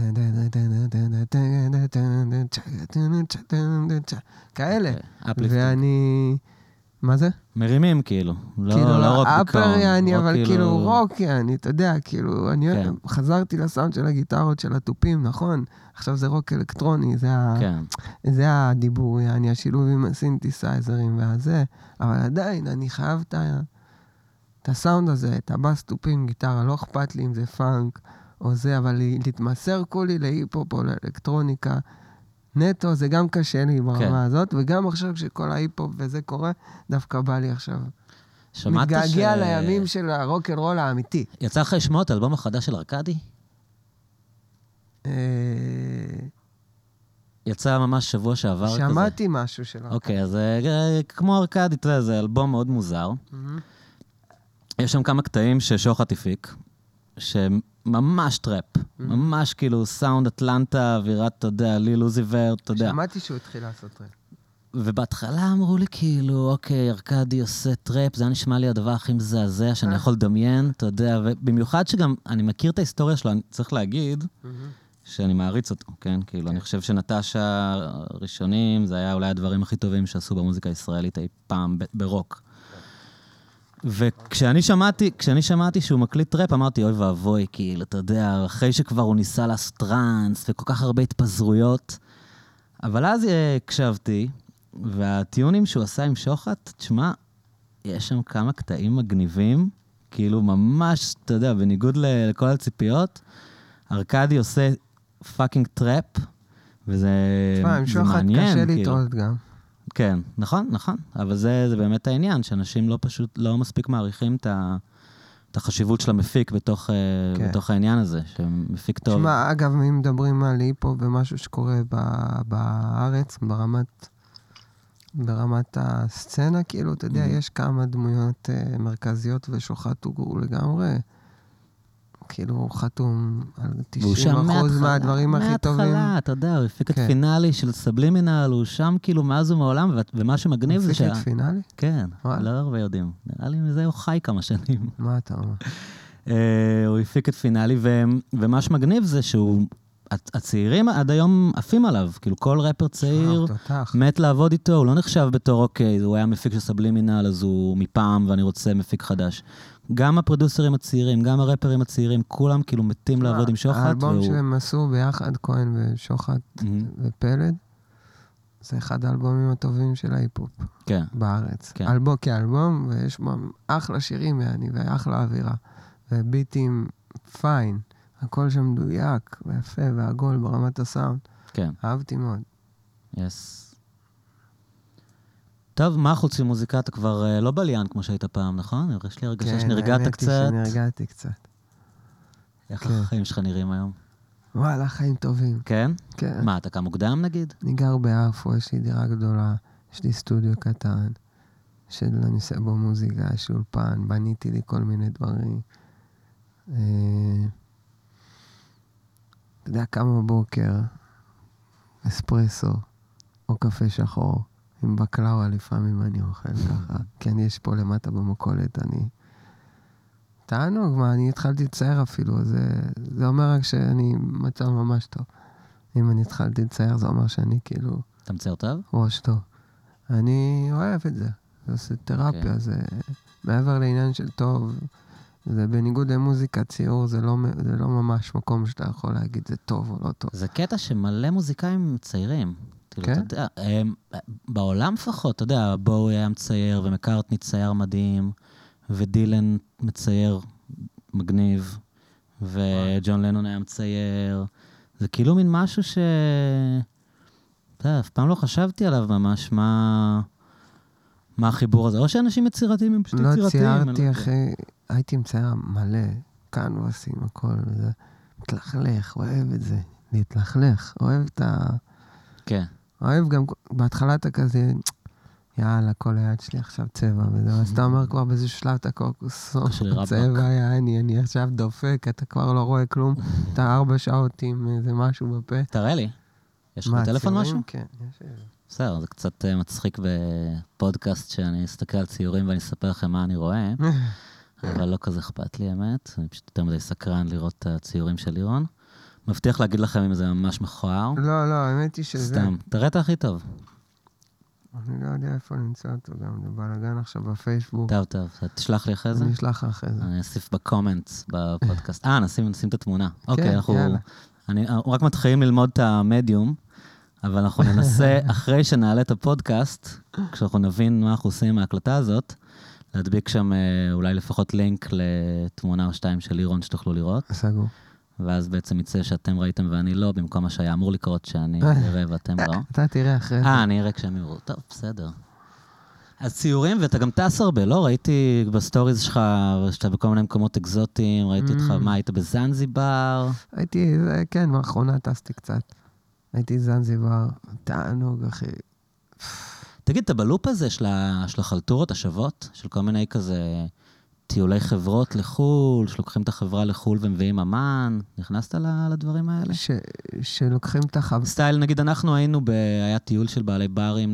כאלה. ואני... מה זה? מרימים כאילו, לא רוק דיכאון. אפר יעני, אבל כאילו רוק יעני, אתה יודע, כאילו, אני חזרתי לסאונד של הגיטרות של הטופים, נכון? עכשיו זה רוק אלקטרוני, זה הדיבור יעני, השילוב עם הסינתסייזרים והזה, אבל עדיין אני חייב את הסאונד הזה, את הבאס טופים, גיטרה, לא אכפת לי אם זה פאנק או זה, אבל להתמסר כולי להיפ-הופ או לאלקטרוניקה, נטו, זה גם קשה לי ברמה הזאת, וגם עכשיו כשכל ההיפ-הופ וזה קורה, דווקא בא לי עכשיו. מתגעגע לימים של הרוק'נ'רול האמיתי. יצא לך לשמוע את האלבום החדש של ארקדי? יצא ממש שבוע שעבר כזה. שמעתי משהו של ארקדי. אוקיי, אז כמו ארקדי, זה אלבום מאוד מוזר. יש שם כמה קטעים ששוחט הפיק, ממש טראפ, ממש כאילו סאונד אטלנטה, אווירת, אתה יודע, ליל עוזי ורט, אתה יודע. שמעתי שהוא התחיל לעשות טראפ. ובהתחלה אמרו לי כאילו, אוקיי, ארקדי עושה טראפ, זה היה נשמע לי הדבר הכי מזעזע שאני יכול לדמיין, אתה יודע, ובמיוחד שגם אני מכיר את ההיסטוריה שלו, אני צריך להגיד שאני מעריץ אותו, כן? כאילו, אני חושב שנטשה הראשונים, זה היה אולי הדברים הכי טובים שעשו במוזיקה הישראלית אי פעם ברוק. וכשאני שמעתי שהוא מקליט טראפ, אמרתי, אוי ואבוי, כאילו, אתה יודע, אחרי שכבר הוא ניסה לעשות טרנס, וכל כך הרבה התפזרויות. אבל אז הקשבתי, והטיונים שהוא עשה עם שוחט, תשמע, יש שם כמה קטעים מגניבים, כאילו ממש, אתה יודע, בניגוד לכל הציפיות, ארקדי עושה פאקינג טראפ, וזה מעניין. תשמע, עם שוחט קשה לטעות גם. כן, נכון, אבל זה באמת העניין, שאנשים לא מספיק מעריכים את החשיבות של המפיק בתוך העניין הזה, שמפיק טוב. תשמע, אגב, אם מדברים על היפו ומשהו שקורה בארץ, ברמת הסצנה, כאילו, אתה יודע, יש כמה דמויות מרכזיות ושוחט הוא לגמרי, כאילו, הוא חתום על 90% מהדברים הכי טובים. מההתחלה, אתה יודע, הוא הפיק את פינאלי של סבלימינל, הוא שם כאילו מאז ומעולם, ומה שמגניב זה הפיק את פינאלי? כן, לא הרבה יודעים. נראה לי מזה הוא חי כמה שנים. מה אתה אומר? הוא הפיק את פינאלי, ומה שמגניב זה שהוא, הצעירים עד היום עפים עליו, כאילו כל רפר צעיר מת לעבוד איתו, הוא לא נחשב בתור, אוקיי, הוא היה מפיק של סבלימינל, אז הוא מפעם ואני רוצה מפיק חדש. גם הפרודוסרים הצעירים, גם הרפרים הצעירים, כולם כאילו מתים לעבוד עם שוחט. האלבום שהם עשו ביחד, כהן ושוחט ופלד, זה אחד האלבומים הטובים של ההיפ-הופ בארץ. כאלבום, ויש בו אחלה שירים, ואחלה אווירה, וביטים פיין, הכל שם מדויק, ויפה, ועגול ברמת הסאונד. כן. אהבתי מאוד. יס. טוב, מה חוץ ממוזיקה? אתה כבר לא בליין כמו שהיית פעם, נכון? יש לי הרגשה שנרגעת קצת. כן, האמת היא שנרגעתי קצת. איך החיים שלך נראים היום? וואלה, חיים טובים. כן? כן. מה, אתה קם מוקדם נגיד? אני גר ביפו, יש לי דירה גדולה, יש לי סטודיו קטן, שאני עושה בו מוזיקה, יש לי אולפן, בניתי לי כל מיני דברים. אתה יודע, קם בבוקר, אספרסו, או קפה שחור, עם בקלאווה לפעמים אני אוכל ככה, כי אני יש פה למטה במקולת, אני... תענוג, מה, אני התחלתי לצייר אפילו, זה אומר רק שאני מצב ממש טוב. אם אני התחלתי לצייר, זה אומר שאני כאילו... אתה מצייר טוב? ראש טוב. אני אוהב את זה. זה עושה תרפיה, זה מעבר לעניין של טוב. זה בניגוד למוזיקה, ציור, זה לא ממש מקום שאתה יכול להגיד זה טוב או לא טוב. זה קטע שמלא מוזיקאים מציירים. כן? בעולם לפחות, אתה יודע, בואי היה מצייר ומקארטני צייר מדהים, ודילן מצייר מגניב, וג'ון לנון היה מצייר. זה כאילו מין משהו ש... אתה יודע, אף פעם לא חשבתי עליו ממש, מה החיבור הזה. או שאנשים יצירתיים הם פשוט יצירתיים. לא ציירתי, אחי, הייתי מצייר מלא, קנבסים, הכל, וזה. מתלכלך, אוהב את זה. להתלכלך, אוהב את ה... כן. אוהב גם, בהתחלה אתה כזה, יאללה, כל היד שלי עכשיו צבע, וזהו. אז אתה אומר כבר באיזשהו שלב, אתה צבע, אני עכשיו דופק, אתה כבר לא רואה כלום. אתה 4 שעות עם איזה משהו בפה. תראה לי. יש לך טלפון משהו? כן, יש איזה. בסדר, זה קצת מצחיק בפודקאסט שאני אסתכל על ציורים ואני אספר לכם מה אני רואה, אבל לא כזה אכפת לי, האמת. אני פשוט יותר מדי סקרן לראות את הציורים של לירון. מבטיח להגיד לכם אם זה ממש מכוער. לא, האמת היא שזה... סתם, תראה את הכי טוב. אני לא יודע איפה נמצא אותו גם, זה בלגן עכשיו בפייסבוק. טוב, תשלח לי אחרי זה? אני אשלח אחרי זה. אני אוסיף בקומנטס בפודקאסט. נשים את התמונה. אוקיי, אנחנו רק מתחילים ללמוד את המדיום, אבל אנחנו ננסה, אחרי שנעלה את הפודקאסט, כשאנחנו נבין מה אנחנו עושים עם ההקלטה הזאת, להדביק שם אולי לפחות לינק לתמונה או 2 של לירון שתוכלו לראות. סגור. ואז בעצם יצא שאתם ראיתם ואני לא, במקום מה שהיה אמור לקרות שאני אראה ואתם לא. אתה תראה אחרי זה. אני אראה כשהם יראו. טוב, בסדר. אז ציורים, ואתה גם טס הרבה, לא? ראיתי בסטוריז שלך, שאתה בכל מיני מקומות אקזוטיים, ראיתי אותך, מה, היית בזנזיבר? הייתי, כן, באחרונה טסתי קצת. הייתי זנזיבר, תענוג, אחי. תגיד, אתה בלופ הזה של החלטורות השוות, של כל מיני כזה טיולי חברות לחול, שלוקחים את החברה לחול ומביאים אמן, נכנסת לדברים האלה? שלוקחים את החברה... סטייל, נגיד, אנחנו היינו, היה טיול של בעלי ברים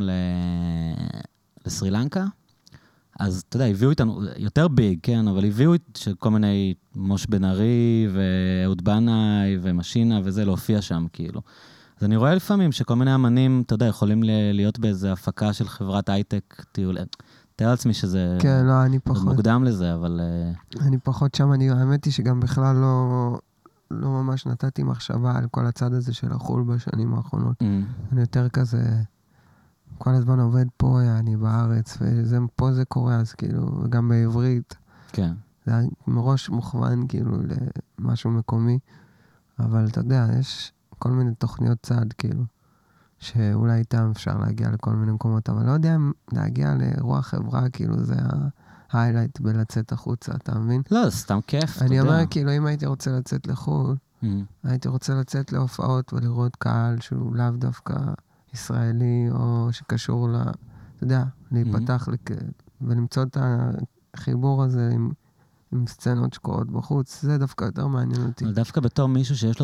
לסרי לנקה, אז אתה יודע, הביאו איתנו, יותר ביג, כן, אבל הביאו של כל מיני מוש בן ארי, ואהוד בנאי, ומשינה, וזה להופיע שם, כאילו. אז אני רואה לפעמים שכל מיני אמנים, אתה יודע, יכולים להיות באיזו הפקה של חברת הייטק, טיול... תאר לעצמי שזה... כן, לא, אני פחות. מוקדם לזה, אבל... אני פחות שם, האמת היא שגם בכלל לא ממש נתתי מחשבה על כל הצד הזה של החול בשנים האחרונות. אני יותר כזה... כל הזמן עובד פה, אני בארץ, ופה זה קורה, אז כאילו, וגם בעברית. כן. זה מראש מוכוון, כאילו, למשהו מקומי. אבל אתה יודע, יש כל מיני תוכניות צעד, כאילו, שאולי איתם אפשר להגיע לכל מיני מקומות, אבל לא יודע אם להגיע לאירוע חברה, כאילו, זה ההיילייט בלצאת החוצה, אתה מבין? לא, זה סתם כיף, אתה יודע. אני אומר, כאילו, אם הייתי רוצה לצאת לחו"ל, הייתי רוצה לצאת להופעות ולראות קהל שהוא לאו דווקא ישראלי, או שקשור אתה יודע, להיפתח ולמצוא את החיבור הזה עם סצנות שקורות בחוץ, זה דווקא יותר מעניין אותי. אבל דווקא בתור מישהו שיש לו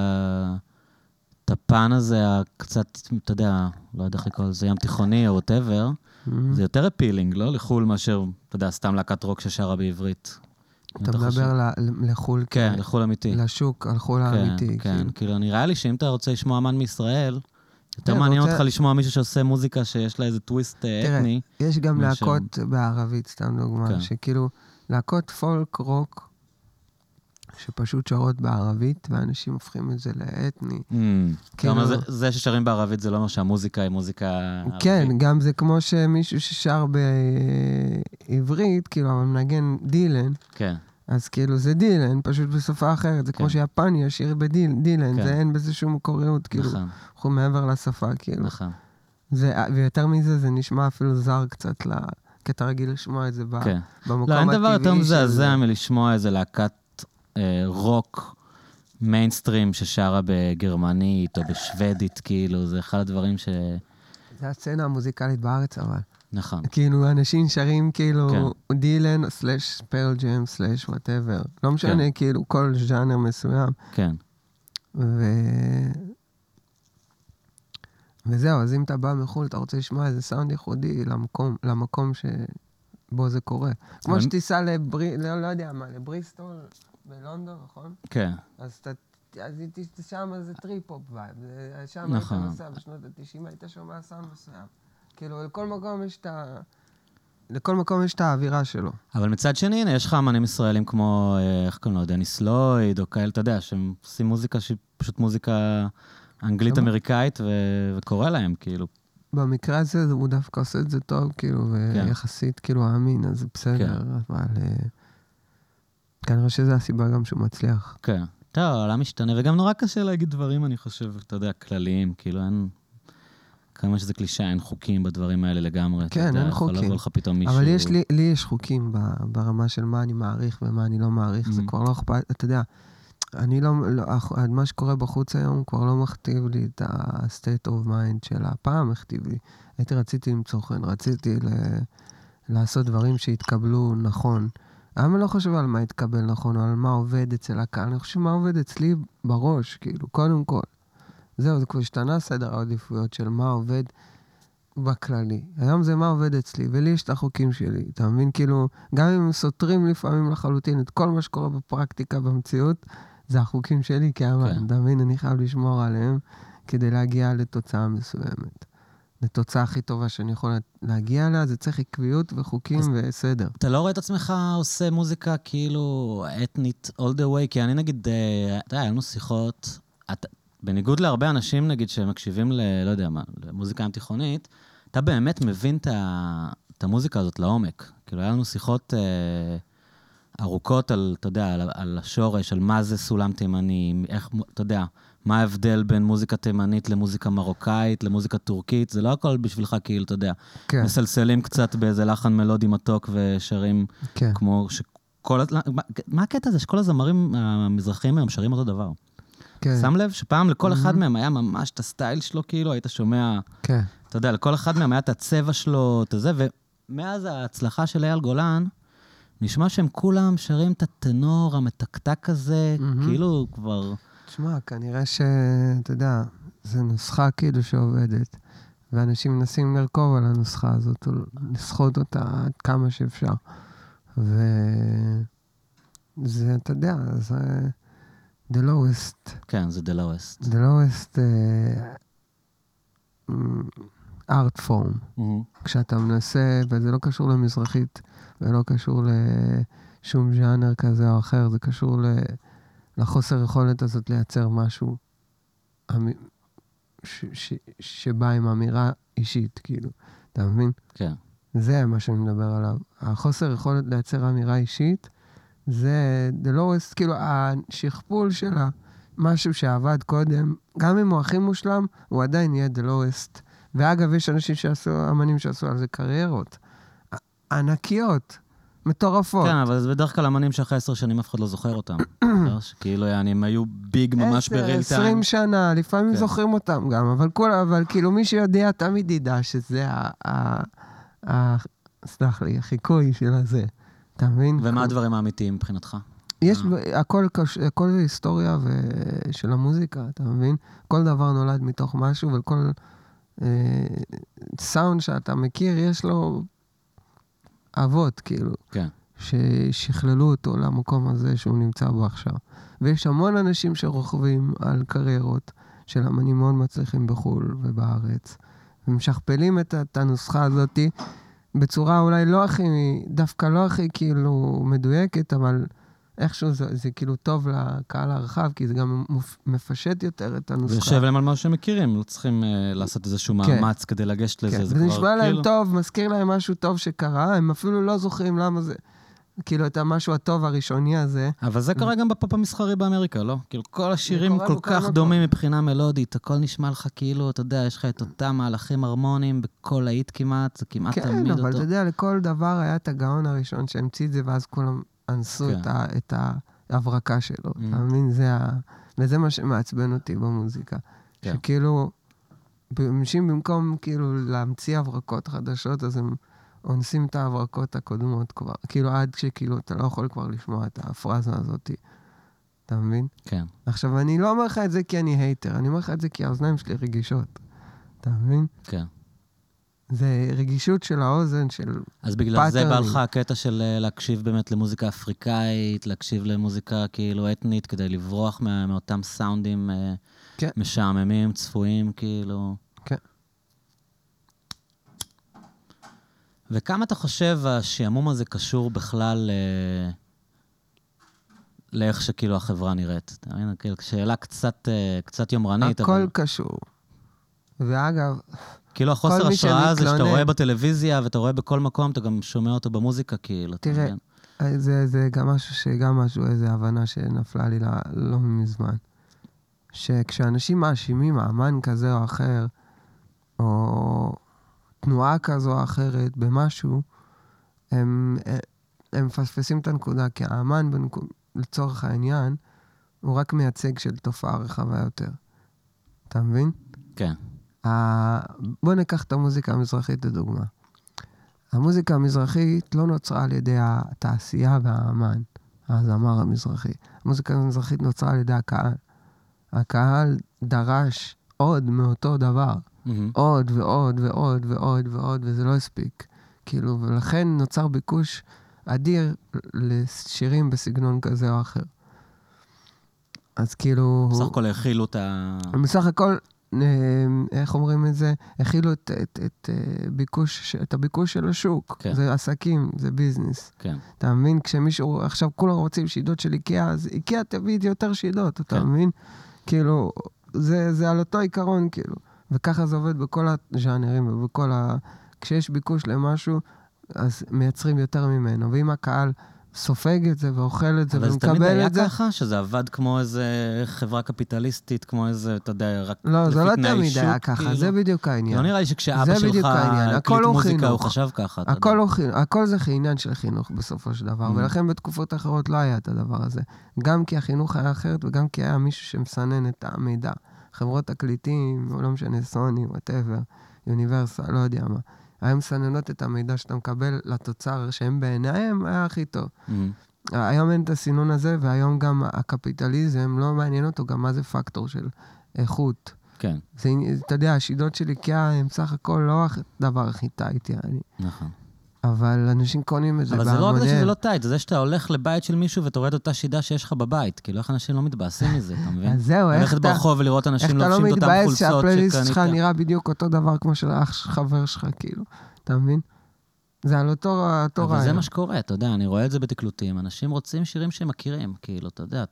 את הפן הזה, קצת, אתה יודע, לא יודע איך לקרוא לזה, ים תיכוני או whatever, זה יותר אפילינג, לא? לחול מאשר, אתה יודע, סתם להקת רוק ששרה בעברית. אתה מדבר לחול, כן, לחול אמיתי. לשוק, על חול האמיתי. כן, כאילו, נראה לי שאם אתה רוצה לשמוע אמן מישראל, יותר מעניין אותך לשמוע מישהו שעושה מוזיקה שיש לה איזה טוויסט אתני. תראה, יש גם להקות בערבית, סתם דוגמה, שכאילו, להקות פולק רוק, שפשוט שרות בערבית, ואנשים הופכים את זה לאתני. זה ששרים בערבית זה לא אומר שהמוזיקה היא מוזיקה ערבית. כן, גם זה כמו שמישהו ששר בעברית, כאילו, אבל מנגן דילן. כן. אז כאילו זה דילן, פשוט בשפה אחרת. זה כמו שיפני ישיר בדילן, זה אין בזה שום מקוריות, כאילו, אנחנו מעבר לשפה, כאילו. נכון. ויותר מזה, זה נשמע אפילו זר קצת, כי אתה רגיל לשמוע את זה במקום הטבעי. לא, אין דבר יותר מזעזע מלשמוע איזה להקת רוק מיינסטרים ששרה בגרמנית או בשוודית, כאילו, זה אחד הדברים ש... זה הסצנה המוזיקלית בארץ, אבל. נכון. כאילו, אנשים שרים כאילו דילן, סלש פרל ג'ם, סלש וואטאבר. לא משנה, כאילו, כל ז'אנר מסוים. כן. וזהו, אז אם אתה בא מחול, אתה רוצה לשמוע איזה סאונד ייחודי למקום שבו זה קורה. כמו שתיסע לא יודע מה, לבריסטול בלונדון, נכון? כן. אז שם זה טריפ-הופ וייב. שם היית נוסע בשנות ה-90, היית שומע סאונד מסוים. כאילו, לכל מקום יש את האווירה שלו. אבל מצד שני, הנה, יש לך אמנים ישראלים כמו, איך קוראים לו, דניס לויד, או כאלה, אתה יודע, שהם עושים מוזיקה שהיא פשוט מוזיקה אנגלית-אמריקאית, וקורא להם, כאילו. במקרה הזה, הוא דווקא עושה את זה טוב, כאילו, ויחסית, כאילו, האמין, אז זה בסדר, אבל... כנראה שזה הסיבה גם שהוא מצליח. כן. טוב, העולם משתנה, וגם נורא קשה להגיד דברים, אני חושב, אתה יודע, כלליים, כאילו, אין... כמה שזה קלישה, אין חוקים בדברים האלה לגמרי. כן, אין חוקים. יכול לבוא לך פתאום מישהו... אבל לי יש חוקים ברמה של מה אני מעריך ומה אני לא מעריך, זה כבר לא אכפת, אתה יודע, אני לא, מה שקורה בחוץ היום כבר לא מכתיב לי את ה-state of mind של הפעם, מכתיב לי. רציתי למצוא חן, רציתי לעשות דברים שהתקבלו נכון. אני לא חושב על מה התקבל נכון, או על מה עובד אצל הקהל, אני חושב מה עובד אצלי בראש, כאילו, קודם כל. זהו, זה כבר השתנה סדר העדיפויות של מה עובד בכללי. היום זה מה עובד אצלי, ולי יש את החוקים שלי. אתה מבין? כאילו, גם אם הם סותרים לפעמים לחלוטין את כל מה שקורה בפרקטיקה, במציאות, זה החוקים שלי, כי אתה מבין, אני חייב לשמור עליהם כדי להגיע לתוצאה מסוימת. לתוצאה הכי טובה שאני יכול להגיע אליה, זה צריך עקביות וחוקים וסדר. אתה לא רואה את עצמך עושה מוזיקה כאילו אתנית all the way, כי אני נגיד, אתה יודע, היה לנו שיחות, בניגוד להרבה אנשים, נגיד, שמקשיבים לא יודע מה, למוזיקה ים תיכונית, אתה באמת מבין את המוזיקה הזאת לעומק. כאילו, היה לנו שיחות ארוכות על, אתה יודע, על השורש, על מה זה סולם תימני, איך, אתה יודע, מה ההבדל בין מוזיקה תימנית למוזיקה מרוקאית, למוזיקה טורקית, זה לא הכל בשבילך, כאילו, אתה יודע, מסלסלים קצת באיזה לחן מלודי מתוק ושרים כמו שכל, מה הקטע הזה? שכל הזמרים המזרחיים היום שרים אותו דבר. שם לב שפעם לכל אחד מהם היה ממש את הסטייל שלו, כאילו, היית שומע, אתה יודע, לכל אחד מהם היה את הצבע שלו, את זה, ומאז ההצלחה של אייל גולן, נשמע שהם כולם שרים את הטנור המתקתק הזה, כאילו כבר... תשמע, כנראה שאתה יודע, זו נוסחה כאילו שעובדת, ואנשים מנסים לרכוב על הנוסחה הזאת, או לסחוט אותה עד כמה שאפשר. וזה, אתה יודע, זה... The lowest. כן, זה the lowest. The lowest art form. כשאתה מנסה, וזה לא קשור למזרחית, ולא קשור לשום ז'אנר כזה או אחר, זה קשור לחוסר יכולת הזאת לייצר משהו שבא עם אמירה אישית, כאילו. אתה מבין? כן. זה מה שאני מדבר עליו. החוסר יכולת לייצר אמירה אישית, זה the lowest, כאילו, השכפול שלה, משהו שעבד קודם, גם אם הוא הכי מושלם, הוא עדיין יהיה the lowest. ואגב, יש אנשים אמנים שעשו על זה קריירות. ענקיות, מטורפות. כן, אבל זה בדרך כלל אמנים שאחרי 10 שנים אף אחד לא זוכר אותם. כאילו, הם היו ביג ממש בריל טיים. 20 שנה, לפעמים זוכרים אותם גם, אבל כאילו, מי שיודע תמיד ידע שזה סלח לי, החיקוי של הזה. אתה מבין? ומה הדברים האמיתיים מבחינתך? יש, הכל זה היסטוריה של המוזיקה, אתה מבין? כל דבר נולד מתוך משהו, וכל סאונד שאתה מכיר, יש לו אבות, כאילו, ששכללו אותו למקום הזה שהוא נמצא בו עכשיו. ויש המון אנשים שרוכבים על קריירות של אמנים מאוד מצליחים בחו"ל ובארץ, ומשכפלים את הנוסחה הזאת, בצורה אולי לא הכי, דווקא לא הכי כאילו מדויקת, אבל איכשהו זה כאילו טוב לקהל הרחב, כי זה גם מפשט יותר את הנוסחה. ויושב להם על מה שהם מכירים, לא צריכים לעשות איזשהו מאמץ כדי לגשת לזה. זה נשמע להם טוב, מזכיר להם משהו טוב שקרה, הם אפילו לא זוכרים למה זה, כאילו את המשהו הטוב הראשוני הזה. אבל זה קרה גם בפופ המסחרי באמריקה, לא? כאילו כל השירים כל כך דומים מבחינה מלודית, הכל נשמע לך כאילו, אתה יודע, יש לך את אותם מהלכים הרמוניים בכל להיט כמעט, זה כמעט תמיד אותו. כן, אבל אתה יודע, לכל דבר היה את הגאון הראשון שהמציא את זה, ואז כולם אנסו את ההברקה שלו. אתה מבין? וזה מה שמעצבן אותי במוזיקה. שכאילו, אנשים במקום כאילו להמציא הברקות חדשות, אז הם אונסים את ההברקות הקודמות כבר. כאילו עד שכאילו אתה לא יכול כבר לשמוע את הפרזה הזאת. אתה מבין? כן. עכשיו, אני לא אומר לך את זה כי אני הייטר, אני אומר לך את זה כי האוזניים שלי רגישות. אתה מבין? כן. זה רגישות של האוזן, של פאטרנים. אז בגלל זה בא לך הקטע של להקשיב באמת למוזיקה אפריקאית, להקשיב למוזיקה כאילו אתנית, כדי לברוח מאותם סאונדים משעממים, צפויים, כאילו. כן. וכמה אתה חושב השעמום הזה קשור בכלל לאיך שכאילו החברה נראית? אתה מבין? שאלה קצת יומרנית. הכל קשור. ואגב, כאילו החוסר השראה הזה שאתה רואה בטלוויזיה, ואתה רואה בכל מקום, אתה גם שומע אותו במוזיקה, כאילו. תראה, זה גם משהו, איזו הבנה שנפלה לי לא מזמן. שכשאנשים מאשימים האמן כזה או אחר, או תנועה כזו או אחרת במשהו, הם מפספסים את הנקודה, כי האמן לצורך העניין, הוא רק מייצג של תופעה רחבה יותר. אתה מבין? כן. בוא ניקח את המוזיקה המזרחית לדוגמה. המוזיקה המזרחית לא נוצרה על ידי התעשייה והאמן, הזמר המזרחי. המוזיקה המזרחית נוצרה על ידי הקהל. הקהל דרש עוד מאותו דבר. עוד ועוד ועוד ועוד ועוד, וזה לא הספיק. כאילו, ולכן נוצר ביקוש אדיר לשירים בסגנון כזה או אחר. אז כאילו... בסך הכל הכילו בסך הכל... איך אומרים את זה? הכילו את הביקוש של השוק. כן. זה עסקים, זה ביזנס. כן. אתה מבין? כשמישהו, עכשיו כולם רוצים שידות של איקאה, אז איקאה תביא יותר שידות, אתה מבין? כאילו, זה על אותו עיקרון, כאילו. וככה זה עובד בכל הז'אנרים ובכל כשיש ביקוש למשהו, אז מייצרים יותר ממנו. ואם הקהל סופג את זה ואוכל את זה ומקבל את זה... אבל זה תמיד היה ככה? שזה עבד כמו איזה חברה קפיטליסטית, כמו איזה, אתה יודע, רק לפי תנאי שוק? לא, זה לא תמיד היה ככה, זה בדיוק העניין. לא נראה לי שכשאבא שלך הקליט מוזיקה, הוא חשב ככה. הכל זה עניין של חינוך בסופו של דבר, ולכן בתקופות אחרות לא היה את הדבר הזה. גם כי החינוך היה אחרת, וגם כי היה מישהו שמסנן את המידע. חברות תקליטים, לא משנה, סוני, whatever, יוניברסל, לא יודע מה. הם מסננות את המידע שאתה מקבל לתוצר שהם בעיניהם היה הכי טוב. היום אין את הסינון הזה, והיום גם הקפיטליזם לא מעניין אותו גם מה זה פקטור של איכות. כן. אתה יודע, השידות של איקאה הם סך הכל לא הדבר הכי טייט, יעני. נכון. אבל אנשים קונים את זה בהמוניהם. אבל זה לא רק זה שזה לא טייט, זה שאתה הולך לבית של מישהו ואתה רואה את אותה שידה שיש לך בבית. כאילו, איך אנשים לא מתבאסים מזה, אתה מבין? אז זהו, איך ללכת ברחוב ולראות אנשים לובשים את אותם חולצות שקנית. איך אתה לא מתבאס שהפלייליסט שלך נראה בדיוק אותו דבר כמו של האח חבר שלך, כאילו. אתה מבין? זה על אותו רעיון. אבל זה מה שקורה, אתה יודע, אני רואה את זה בתקלוטים. אנשים רוצים שירים שהם מכירים, כאילו, אתה יודע,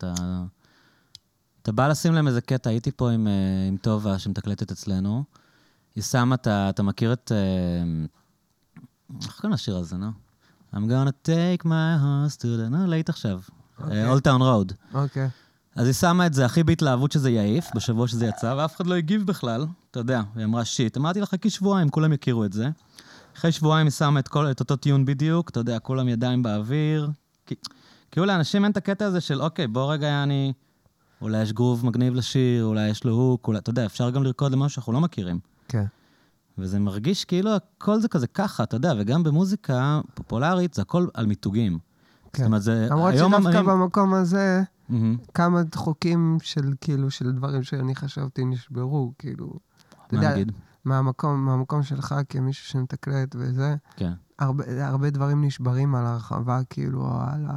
אתה בא לשים להם איזה קטע, הייתי פה עם טובה שמתקלטת אצלנו. היא שמה, אתה מכיר את... איך קוראים לשיר הזה, נו? I'm gonna take my horse to the... נו, להיט עכשיו. Old Town Road. אוקיי. אז היא שמה את זה הכי בהתלהבות שזה יעיף, בשבוע שזה יצא, ואף אחד לא הגיב בכלל, אתה יודע, היא אמרה שיט. אמרתי לך, כי שבועיים, כולם יכירו את זה. אחרי שבועיים היא שמה את אותו טיון בדיוק, אתה יודע, כולם ידיים באוויר. כאילו לאנשים אין את הקטע הזה של, אוקיי, בוא רגע אולי יש גרוב מגניב לשיר, אולי יש לו הוק, אתה יודע, אפשר גם לרקוד למשהו שאנחנו לא מכירים. כן. וזה מרגיש כאילו הכל זה כזה ככה, אתה יודע, וגם במוזיקה פופולרית זה הכל על מיתוגים. כן. זאת אומרת, זה... למרות שדווקא במקום הזה, כמה חוקים של כאילו, של דברים שאני חשבתי נשברו, כאילו... מה נגיד? מהמקום שלך כמישהו שמתקלט וזה, כן. הרבה דברים נשברים על הרחבה, כאילו,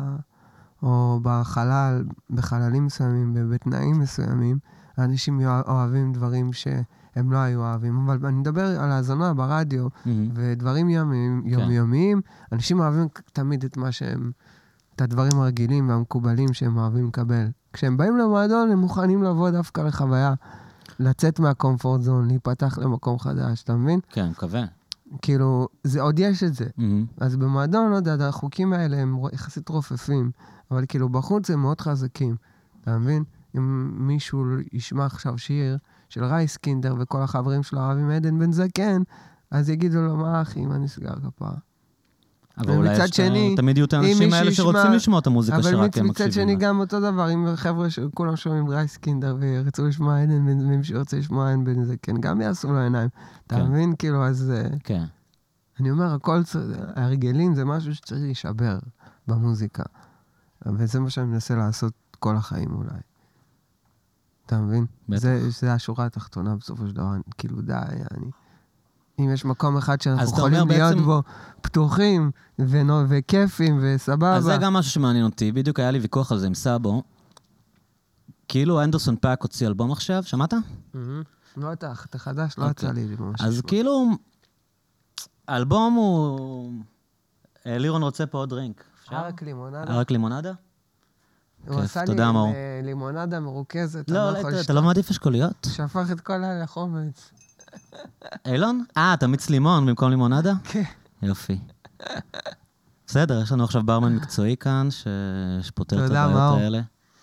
או בחלל, בחללים מסוימים, בתנאים מסוימים, האנשים אוהבים דברים שהם לא היו אוהבים. אבל אני מדבר על האזנה ברדיו, ודברים יומיומיים, אנשים אוהבים תמיד את מה שהם, את הדברים הרגילים והמקובלים שהם אוהבים לקבל. כשהם באים למועדון, הם מוכנים לבוא דווקא לחוויה, לצאת מהקומפורט זון, להיפתח למקום חדש, אתה מבין? כן, מקווה. כאילו, זה עוד יש את זה. אז במועדון, לא יודע, החוקים האלה הם יחסית רופפים, אבל כאילו בחוץ הם מאוד חזקים, אתה מבין? אם מישהו ישמע עכשיו שיר של רייסקינדר וכל החברים שלו אוהבים עדן בן זקן, אז יגידו לו, מה אחי, מה נסגר כפרה? אבל אולי תמיד יהיו את האנשים האלה שרוצים לשמוע את המוזיקה שרק הם מקשיבים. אבל מצד שני גם אותו דבר, אם חבר'ה שכולם שומעים רייסקינדר וירצו לשמוע עדן, ומי שרוצה לשמוע עדן בין זה, כן, גם יעשו לו עיניים. אתה מבין? כאילו, אז... כן. אני אומר, הרגלים זה משהו שצריך להישבר במוזיקה. וזה מה שאני מנסה לעשות כל החיים אולי. אתה מבין? זה השורה התחתונה בסופו של דבר. כאילו, די, אם יש מקום אחד שאנחנו יכולים להיות בו פתוחים וכיפים וסבבה. אז זה גם משהו שמעניין אותי. בדיוק היה לי ויכוח על זה עם סאבו. כאילו אנדרסון פאק הוציא אלבום עכשיו, שמעת? לא אתה חדש, לא יצא לי ממש. אז כאילו, האלבום הוא... לירון רוצה פה עוד דרינק. ערק לימונדה. ערק לימונדה? הוא עשה לי לימונדה מרוכזת. לא, אתה לא מעדיף אשכוליות? שפך את כל החומץ. אילון? אתה מיץ לימון במקום לימונדה? כן. יופי. בסדר, יש לנו עכשיו ברמן מקצועי כאן, שפותר את הבעיות האלה.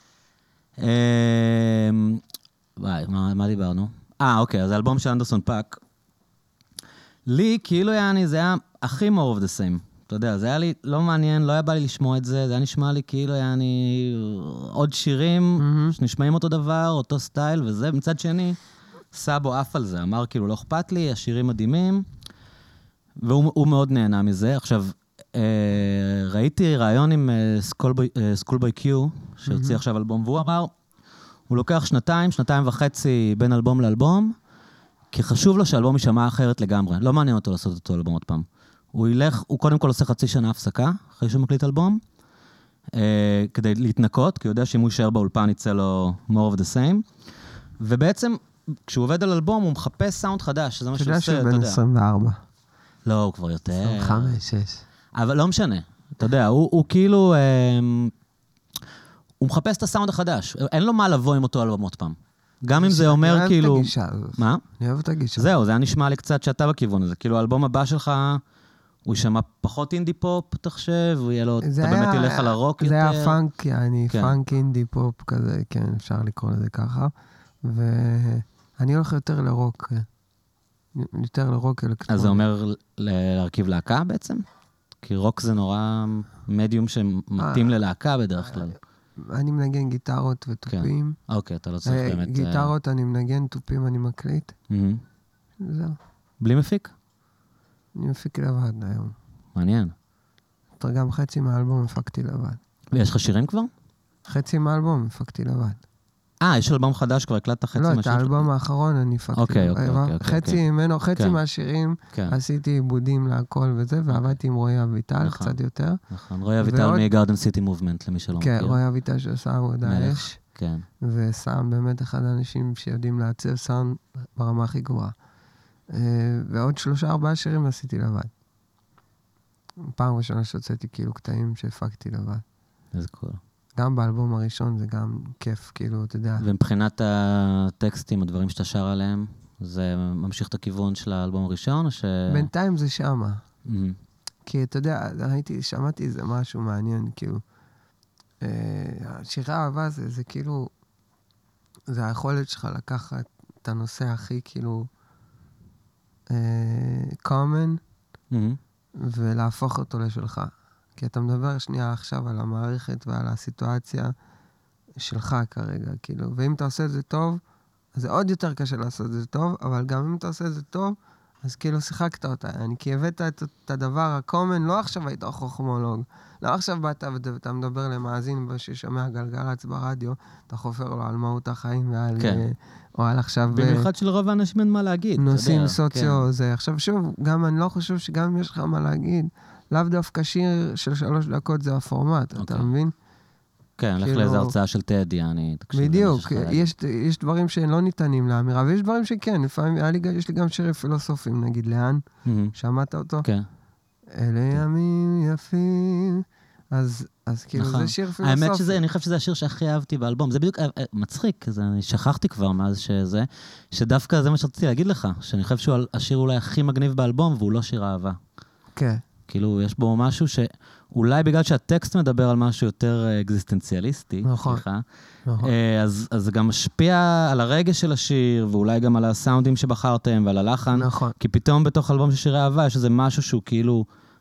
וואי, מה דיברנו? אוקיי, אז האלבום של אנדרסון פאק. לי, כאילו זה היה הכי more of the same. אתה יודע, זה היה לי לא מעניין, לא היה בא לי לשמוע את זה, זה היה נשמע לי כאילו עוד שירים שנשמעים אותו דבר, אותו סטייל, וזה מצד שני, סאבו אף על זה, אמר כאילו לא אכפת לי, השירים מדהימים, והוא מאוד נהנה מזה. עכשיו, ראיתי רעיון עם סקולבוי קיו, שהוציא עכשיו אלבום, והוא אמר, הוא לוקח שנתיים וחצי בין אלבום לאלבום, כי חשוב לו שהאלבום יישמע אחרת לגמרי. לא מעניין אותו לעשות אותו אלבום עוד פעם. הוא קודם כל עושה חצי שנה הפסקה, אחרי שהוא מקליט אלבום, כדי להתנקות, כי הוא יודע שאם הוא יישאר באולפן יצא לו more of the same. ובעצם, כשהוא עובד על אלבום, הוא מחפש סאונד חדש, שזה מה שהוא עושה, אתה יודע. שהוא בן 24. לא, הוא כבר יותר. 25, 6. אבל לא משנה. אתה יודע, הוא כאילו... הוא מחפש את הסאונד החדש. אין לו מה לבוא עם אותו אלבום עוד פעם. גם אם זה אומר כאילו... אני אוהב את הגישה הזאת. מה? אני אוהב את הגישה. זהו, זה היה נשמע לי קצת שאתה בכיוון הזה. כאילו, האלבום הבא שלך, הוא יישמע פחות אינדי פופ, תחשב, הוא יהיה לו... אתה באמת ילך על הרוק יותר. זה היה פאנק, פאנק אינדי פופ כזה, כן, אפשר לקרוא לזה ככה. ואני הולך יותר לרוק. יותר לרוק אלקטרוני. אז זה אומר להרכיב להקה בעצם? כי רוק זה נורא מדיום שמתאים ללהקה בדרך כלל. אני מנגן גיטרות וטופים. אוקיי, אתה לא צריך באמת... גיטרות אני מנגן, טופים אני מקליט. זהו. בלי מפיק? אני מפיק לבד היום. מעניין. גם חצי מהאלבום הפקתי לבד. ויש לך שירים כבר? חצי מהאלבום הפקתי לבד. יש אלבום חדש, כבר הקלטת חצי מהשירים? לא, את האלבום האחרון אני הפקתי לבד. חצי ממנו, חצי מהשירים, עשיתי עיבודים להכל וזה, ועבדתי עם רועי אביטל קצת יותר. נכון, רועי אביטל מגארדן סיטי מובמנט, למי שלא מכיר. כן, רועי אביטל שעושה עבודה אש. כן. וסאם באמת אחד האנשים שיודעים לעצב סאם ברמה הכי גבוהה. ועוד 3-4 שירים עשיתי לבד. פעם ראשונה שהוצאתי כאילו קטעים שהפקתי לבד. איזה קול. גם באלבום הראשון זה גם כיף, כאילו, אתה יודע. ומבחינת הטקסטים, הדברים שאתה שר עליהם, זה ממשיך את הכיוון של האלבום הראשון, או ש... בינתיים זה שמה. כי אתה יודע, שמעתי איזה משהו מעניין, כאילו, שירי אהבה זה כאילו, זה היכולת שלך לקחת את הנושא הכי כאילו, common, ולהפוך אותו לשלך. כי אתה מדבר שנייה עכשיו על המערכת ועל הסיטואציה שלך כרגע, כאילו. ואם אתה עושה את זה טוב, אז זה עוד יותר קשה לעשות את זה טוב, אבל גם אם אתה עושה את זה טוב, אז כאילו שיחקת אותה. כי הבאת את הדבר הקומן, לא עכשיו היית חוכמולוג. לא עכשיו באת ואתה מדבר למאזין ששומע גלגלצ ברדיו, אתה חופר לו על מהות החיים ועל... כן. או על עכשיו... במיוחד שלרוב האנשים אין מה להגיד. נושאים סוציו, זה. עכשיו שוב, גם אני לא חושב שגם אם יש לך מה להגיד, לאו דווקא שיר של 3 דקות זה הפורמט, אתה מבין? כן, הולך לאיזו הרצאה של טדי, בדיוק, יש דברים שלא ניתנים לאמירה, ויש דברים שכן, לפעמים יש לי גם שירים פילוסופיים, נגיד לאן, שמעת אותו? כן. אלה ימים יפים, אז כאילו זה שיר פילוסופי. האמת אני חושב שזה השיר שהכי אהבתי באלבום, זה בדיוק מצחיק, אני שכחתי כבר מאז שזה, שדווקא זה מה שרציתי להגיד לך, שאני חושב שהוא השיר אולי הכי מגניב באלבום, והוא לא שיר אהבה. כן. כאילו, יש בו משהו שאולי בגלל שהטקסט מדבר על משהו יותר אקזיסטנציאליסטי, נכון. אז זה גם משפיע על הרגש של השיר, ואולי גם על הסאונדים שבחרתם ועל הלחן. נכון. כי פתאום בתוך אלבום של שירי אהבה יש איזה משהו שהוא כאילו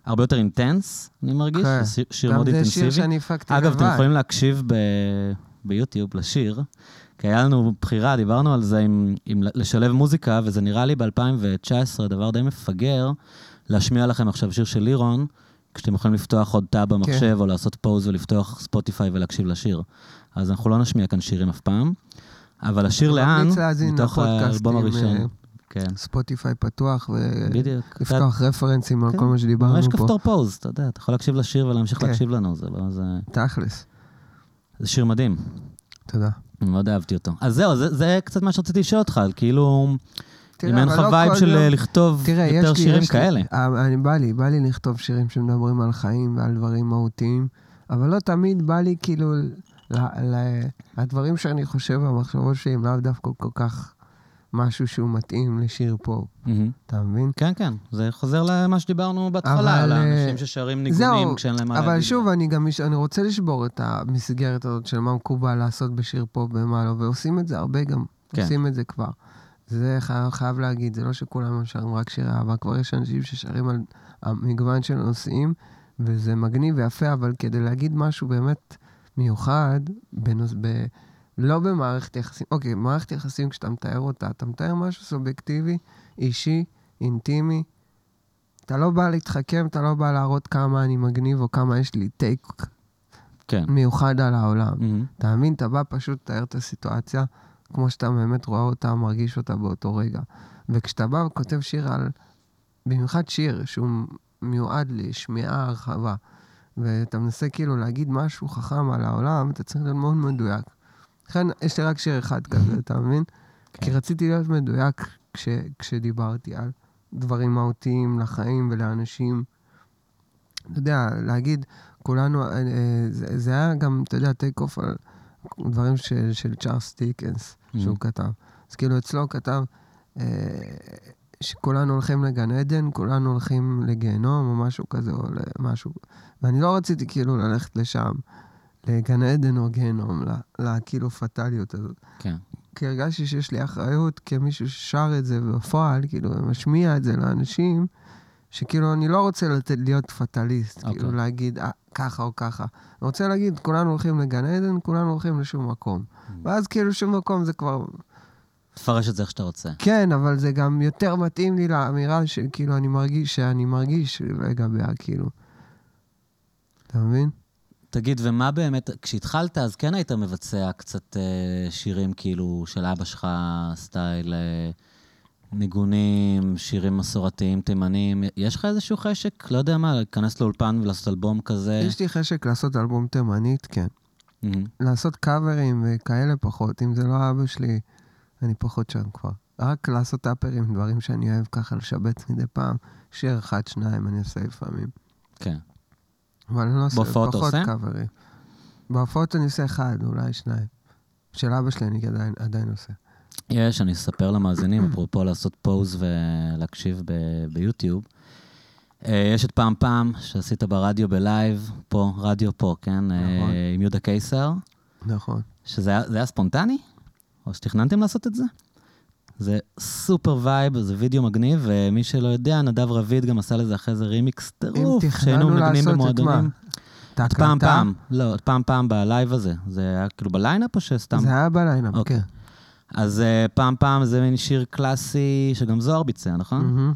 הרבה יותר אינטנס, אני מרגיש, שיר מאוד גם זה שיר אינטנסיבי. שאני הפקתי לבד. אגב, אתם יכולים להקשיב ביוטיוב לשיר, כי היה לנו בחירה, דיברנו על זה עם לשלב מוזיקה, וזה נראה לי ב-2019, דבר די מפגר, להשמיע לכם עכשיו שיר של לירון, כשאתם יכולים לפתוח עוד טאב במחשב, או לעשות פוז ולפתוח ספוטיפיי ולהקשיב לשיר. אז אנחנו לא נשמיע כאן שירים אף פעם, אבל השיר לאן, מתוך האלבום הראשון. ספוטיפיי פתוח, ולפתוח רפרנסים על כל מה שדיברנו פה. יש כפתור פוז, אתה יודע, אתה יכול להקשיב לשיר ולהמשיך להקשיב לנו, זה לא... תכלס. זה שיר מדהים. תודה. אני מאוד אהבתי אותו. אז זהו, זה קצת מה שרציתי לשאול אותך, כאילו, אם אין לך וייב של לכתוב יותר שירים כאלה. בא לי לכתוב שירים שמדברים על חיים ועל דברים מהותיים, אבל לא תמיד בא לי כאילו, הדברים שאני חושב במחשבות שלי הם לאו דווקא כל כך משהו שהוא מתאים לשיר פופ. אתה מבין? כן, כן. זה חוזר למה שדיברנו בהתחלה, על האנשים ששרים ניגונים כשאין להם מה להגיד. אבל שוב, אני רוצה לשבור את המסגרת הזאת של מה מקובל לעשות בשיר פופ ומה לא, ועושים את זה הרבה גם. עושים את זה כבר. זה חייב להגיד, זה לא שכולם שרים רק שירי אהבה, כבר יש אנשים ששרים על המגוון של הנושאים, וזה מגניב ויפה, אבל כדי להגיד משהו באמת מיוחד, לא במערכת יחסים. אוקיי, מערכת יחסים כשאתה מתאר אותה, אתה מתאר משהו סובייקטיבי, אישי, אינטימי. אתה לא בא להתחכם, אתה לא בא להראות כמה אני מגניב או כמה יש לי טייק מיוחד על העולם. אתה מבין? אתה בא פשוט לתאר את הסיטואציה, כמו שאתה באמת רואה אותה, מרגיש אותה באותו רגע. וכשאתה בא וכותב שיר על, במיוחד שיר שהוא מיועד לשמיעה הרחבה, ואתה מנסה כאילו להגיד משהו חכם על העולם, אתה צריך להיות מאוד מדויק. לכן, יש לי רק שיר אחד כזה, אתה מבין? כי רציתי להיות מדויק כשדיברתי על דברים מהותיים לחיים ולאנשים. אתה יודע, להגיד, כולנו, זה היה גם, אתה יודע, טייק אוף על דברים של צ'ארלס דיקנס, שהוא כתב. אז כאילו, אצלו הוא כתב שכולנו הולכים לגן עדן, כולנו הולכים לגיהנום, או משהו כזה, או משהו. ואני לא רציתי כאילו ללכת לשם. לגן עדן או גיהנום, לכאילו פטליות הזאת. כן. כי הרגשתי שיש לי אחריות כמישהו ששר את זה בפועל, כאילו, משמיע את זה לאנשים, שכאילו אני לא רוצה להיות פטליסט, כאילו להגיד ככה או ככה. אני רוצה להגיד, כולנו הולכים לגן עדן, כולנו הולכים לשום מקום. ואז כאילו שום מקום זה כבר... תפרש את זה איך שאתה רוצה. כן, אבל זה גם יותר מתאים לי לאמירה שכאילו אני מרגיש לגביה, כאילו. אתה מבין? תגיד, ומה באמת, כשהתחלת, אז כן היית מבצע קצת שירים כאילו של אבא שלך, סטייל ניגונים, שירים מסורתיים, תימנים, יש לך איזשהו חשק? לא יודע מה, להיכנס לאולפן ולעשות אלבום כזה? יש לי חשק לעשות אלבום תימנית, כן. לעשות קאברים וכאלה פחות, אם זה לא אבא שלי, אני פחות שם כבר. רק לעשות אפרים, דברים שאני אוהב ככה לשבץ מדי פעם, שיר אחד, שניים, אני עושה לפעמים. כן. אבל אני לא עושה פחות קאברים. בהופעות אני עושה אחד, אולי שניים. של אבא שלי אני עדיין עושה. אני אספר למאזינים, אפרופו לעשות פוז ולהקשיב ביוטיוב. יש את פעם שעשית ברדיו בלייב, פה, רדיו פה, כן? נכון. עם יהודה קיסר. נכון. שזה היה ספונטני? או שתכננתם לעשות את זה? זה סופר וייב, זה וידאו מגניב, ומי שלא יודע, נדב רביד גם עשה לזה אחרי זה רימיקס טירוף, שהיינו מנגנים במועדונים. את פעם. לא, את פעם בלייב הזה. זה היה כאילו בליינאפ או שסתם? זה היה בליינאפ, כן. אז פעם זה מין שיר קלאסי, שגם זוהר ביצע, נכון?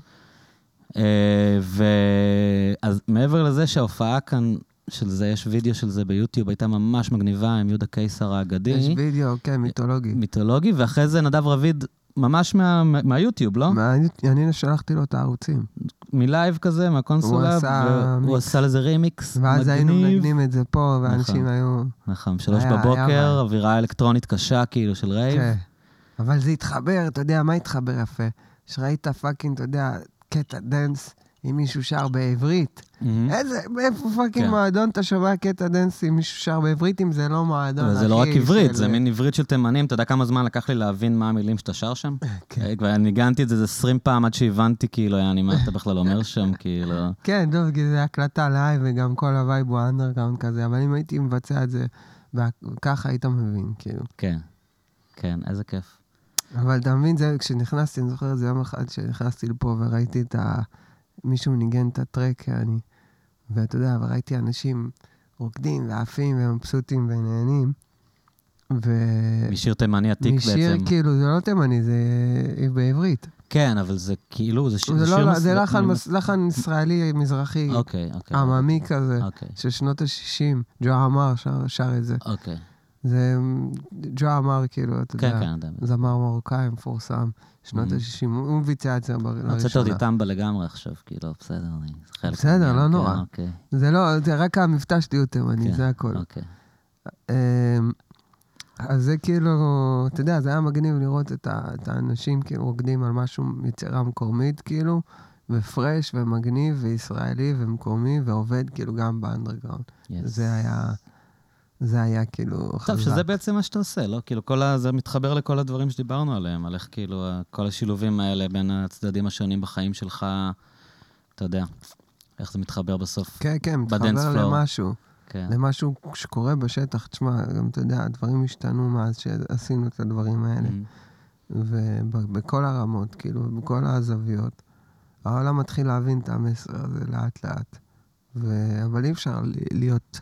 אז מעבר לזה שההופעה כאן של זה, יש וידאו של זה ביוטיוב, הייתה ממש מגניבה עם יהודה קיסר האגדי. יש וידאו, כן, מיתולוגי. מיתולוגי, ואחרי זה נדב רביד ממש מהיוטיוב, לא? אני שלחתי לו את הערוצים. מלייב כזה, מהקונסולה, והוא עשה לזה רימיקס מגניב. ואז היינו מנגנים את זה פה, ואנשים היו... נכון, 3 בבוקר, אווירה אלקטרונית קשה, כאילו, של רייב. כן, אבל זה התחבר, אתה יודע, מה התחבר יפה? שראית פאקינג, אתה יודע, קטע דנס עם מישהו שר בעברית. איפה פאקינג מועדון אתה שומע קטע דנס עם מישהו שר בעברית, אם זה לא מועדון? זה לא רק עברית, זה מין עברית של תימנים. אתה יודע כמה זמן לקח לי להבין מה המילים שאתה שר שם? ואני ניגנתי את זה 20 פעם עד שהבנתי, כאילו, מה אתה בכלל אומר שם, כאילו... כן, טוב, זה הקלטה לייב, וגם כל הווייב הוא אנדרגראונד כזה, אבל אם הייתי מבצע את זה, ככה היית מבין, כאילו. כן, כן, איזה כיף. אבל אתה מבין, כשנכנסתי, אני זוכר את זה יום אחד, שנכנסתי לפה וראיתי את מישהו ניגן את הטרק, ואתה יודע, וראיתי אנשים רוקדים ועפים ומבסוטים ונהנים, משיר תימני עתיק בעצם. משיר כאילו, זה לא תימני, זה בעברית. כן, אבל זה כאילו, זה שיר... זה לחן ישראלי מזרחי, עממי כזה, של שנות ה-60. ג'ו עמר שר את זה. אוקיי. זה ג'ו עמר, כאילו, אתה יודע, זמר מרוקאי, מפורסם, שנות ה-60. הוא ביצע את זה לראשונה. רצית אותי טמבה לגמרי עכשיו, כאילו, בסדר. בסדר, לא נורא. זה לא, זה רק המבטא שלי הוא תימני, זה הכל. אז זה כאילו, אתה יודע, זה היה מגניב לראות את האנשים כאילו רוקדים על משהו מיצירה מקומית, כאילו, ופרש ומגניב וישראלי ומקומי, ועובד כאילו גם באנדרגראונד. זה היה כאילו חזק. טוב, שזה בעצם מה שאתה עושה, לא? כאילו, זה מתחבר לכל הדברים שדיברנו עליהם, על איך כאילו, כל השילובים האלה בין הצדדים השונים בחיים שלך, אתה יודע, איך זה מתחבר בסוף. כן, כן, מתחבר למשהו. למשהו שקורה בשטח, תשמע, גם אתה יודע, הדברים השתנו מאז שעשינו את הדברים האלה. ובכל הרמות, כאילו, בכל הזוויות, העולם מתחיל להבין את המסר הזה לאט לאט. אבל אי אפשר להיות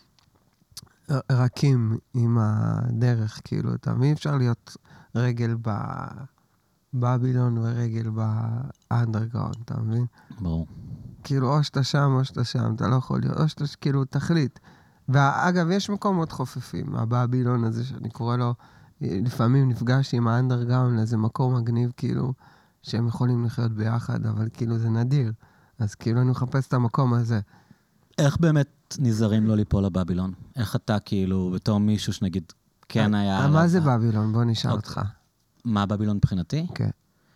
רכים עם הדרך, כאילו, אי אפשר להיות רגל בבילון ורגל באנדרגראונד, אתה מבין? ברור. כאילו, או שאתה שם, או שאתה שם, אתה לא יכול להיות, או שאתה כאילו תחליט. ואגב, יש מקומות חופפים, הבאבילון הזה שאני קורא לו, לפעמים נפגשתי עם האנדרגראונד לאיזה מקום מגניב, כאילו, שהם יכולים לחיות ביחד, אבל כאילו זה נדיר. אז כאילו אני מחפש את המקום הזה. איך באמת נזהרים לא ליפול לבאבילון? איך אתה כאילו, בתור מישהו שנגיד, כן היה... מה זה באבילון? בוא נשאל אותך. מה באבילון מבחינתי? כן.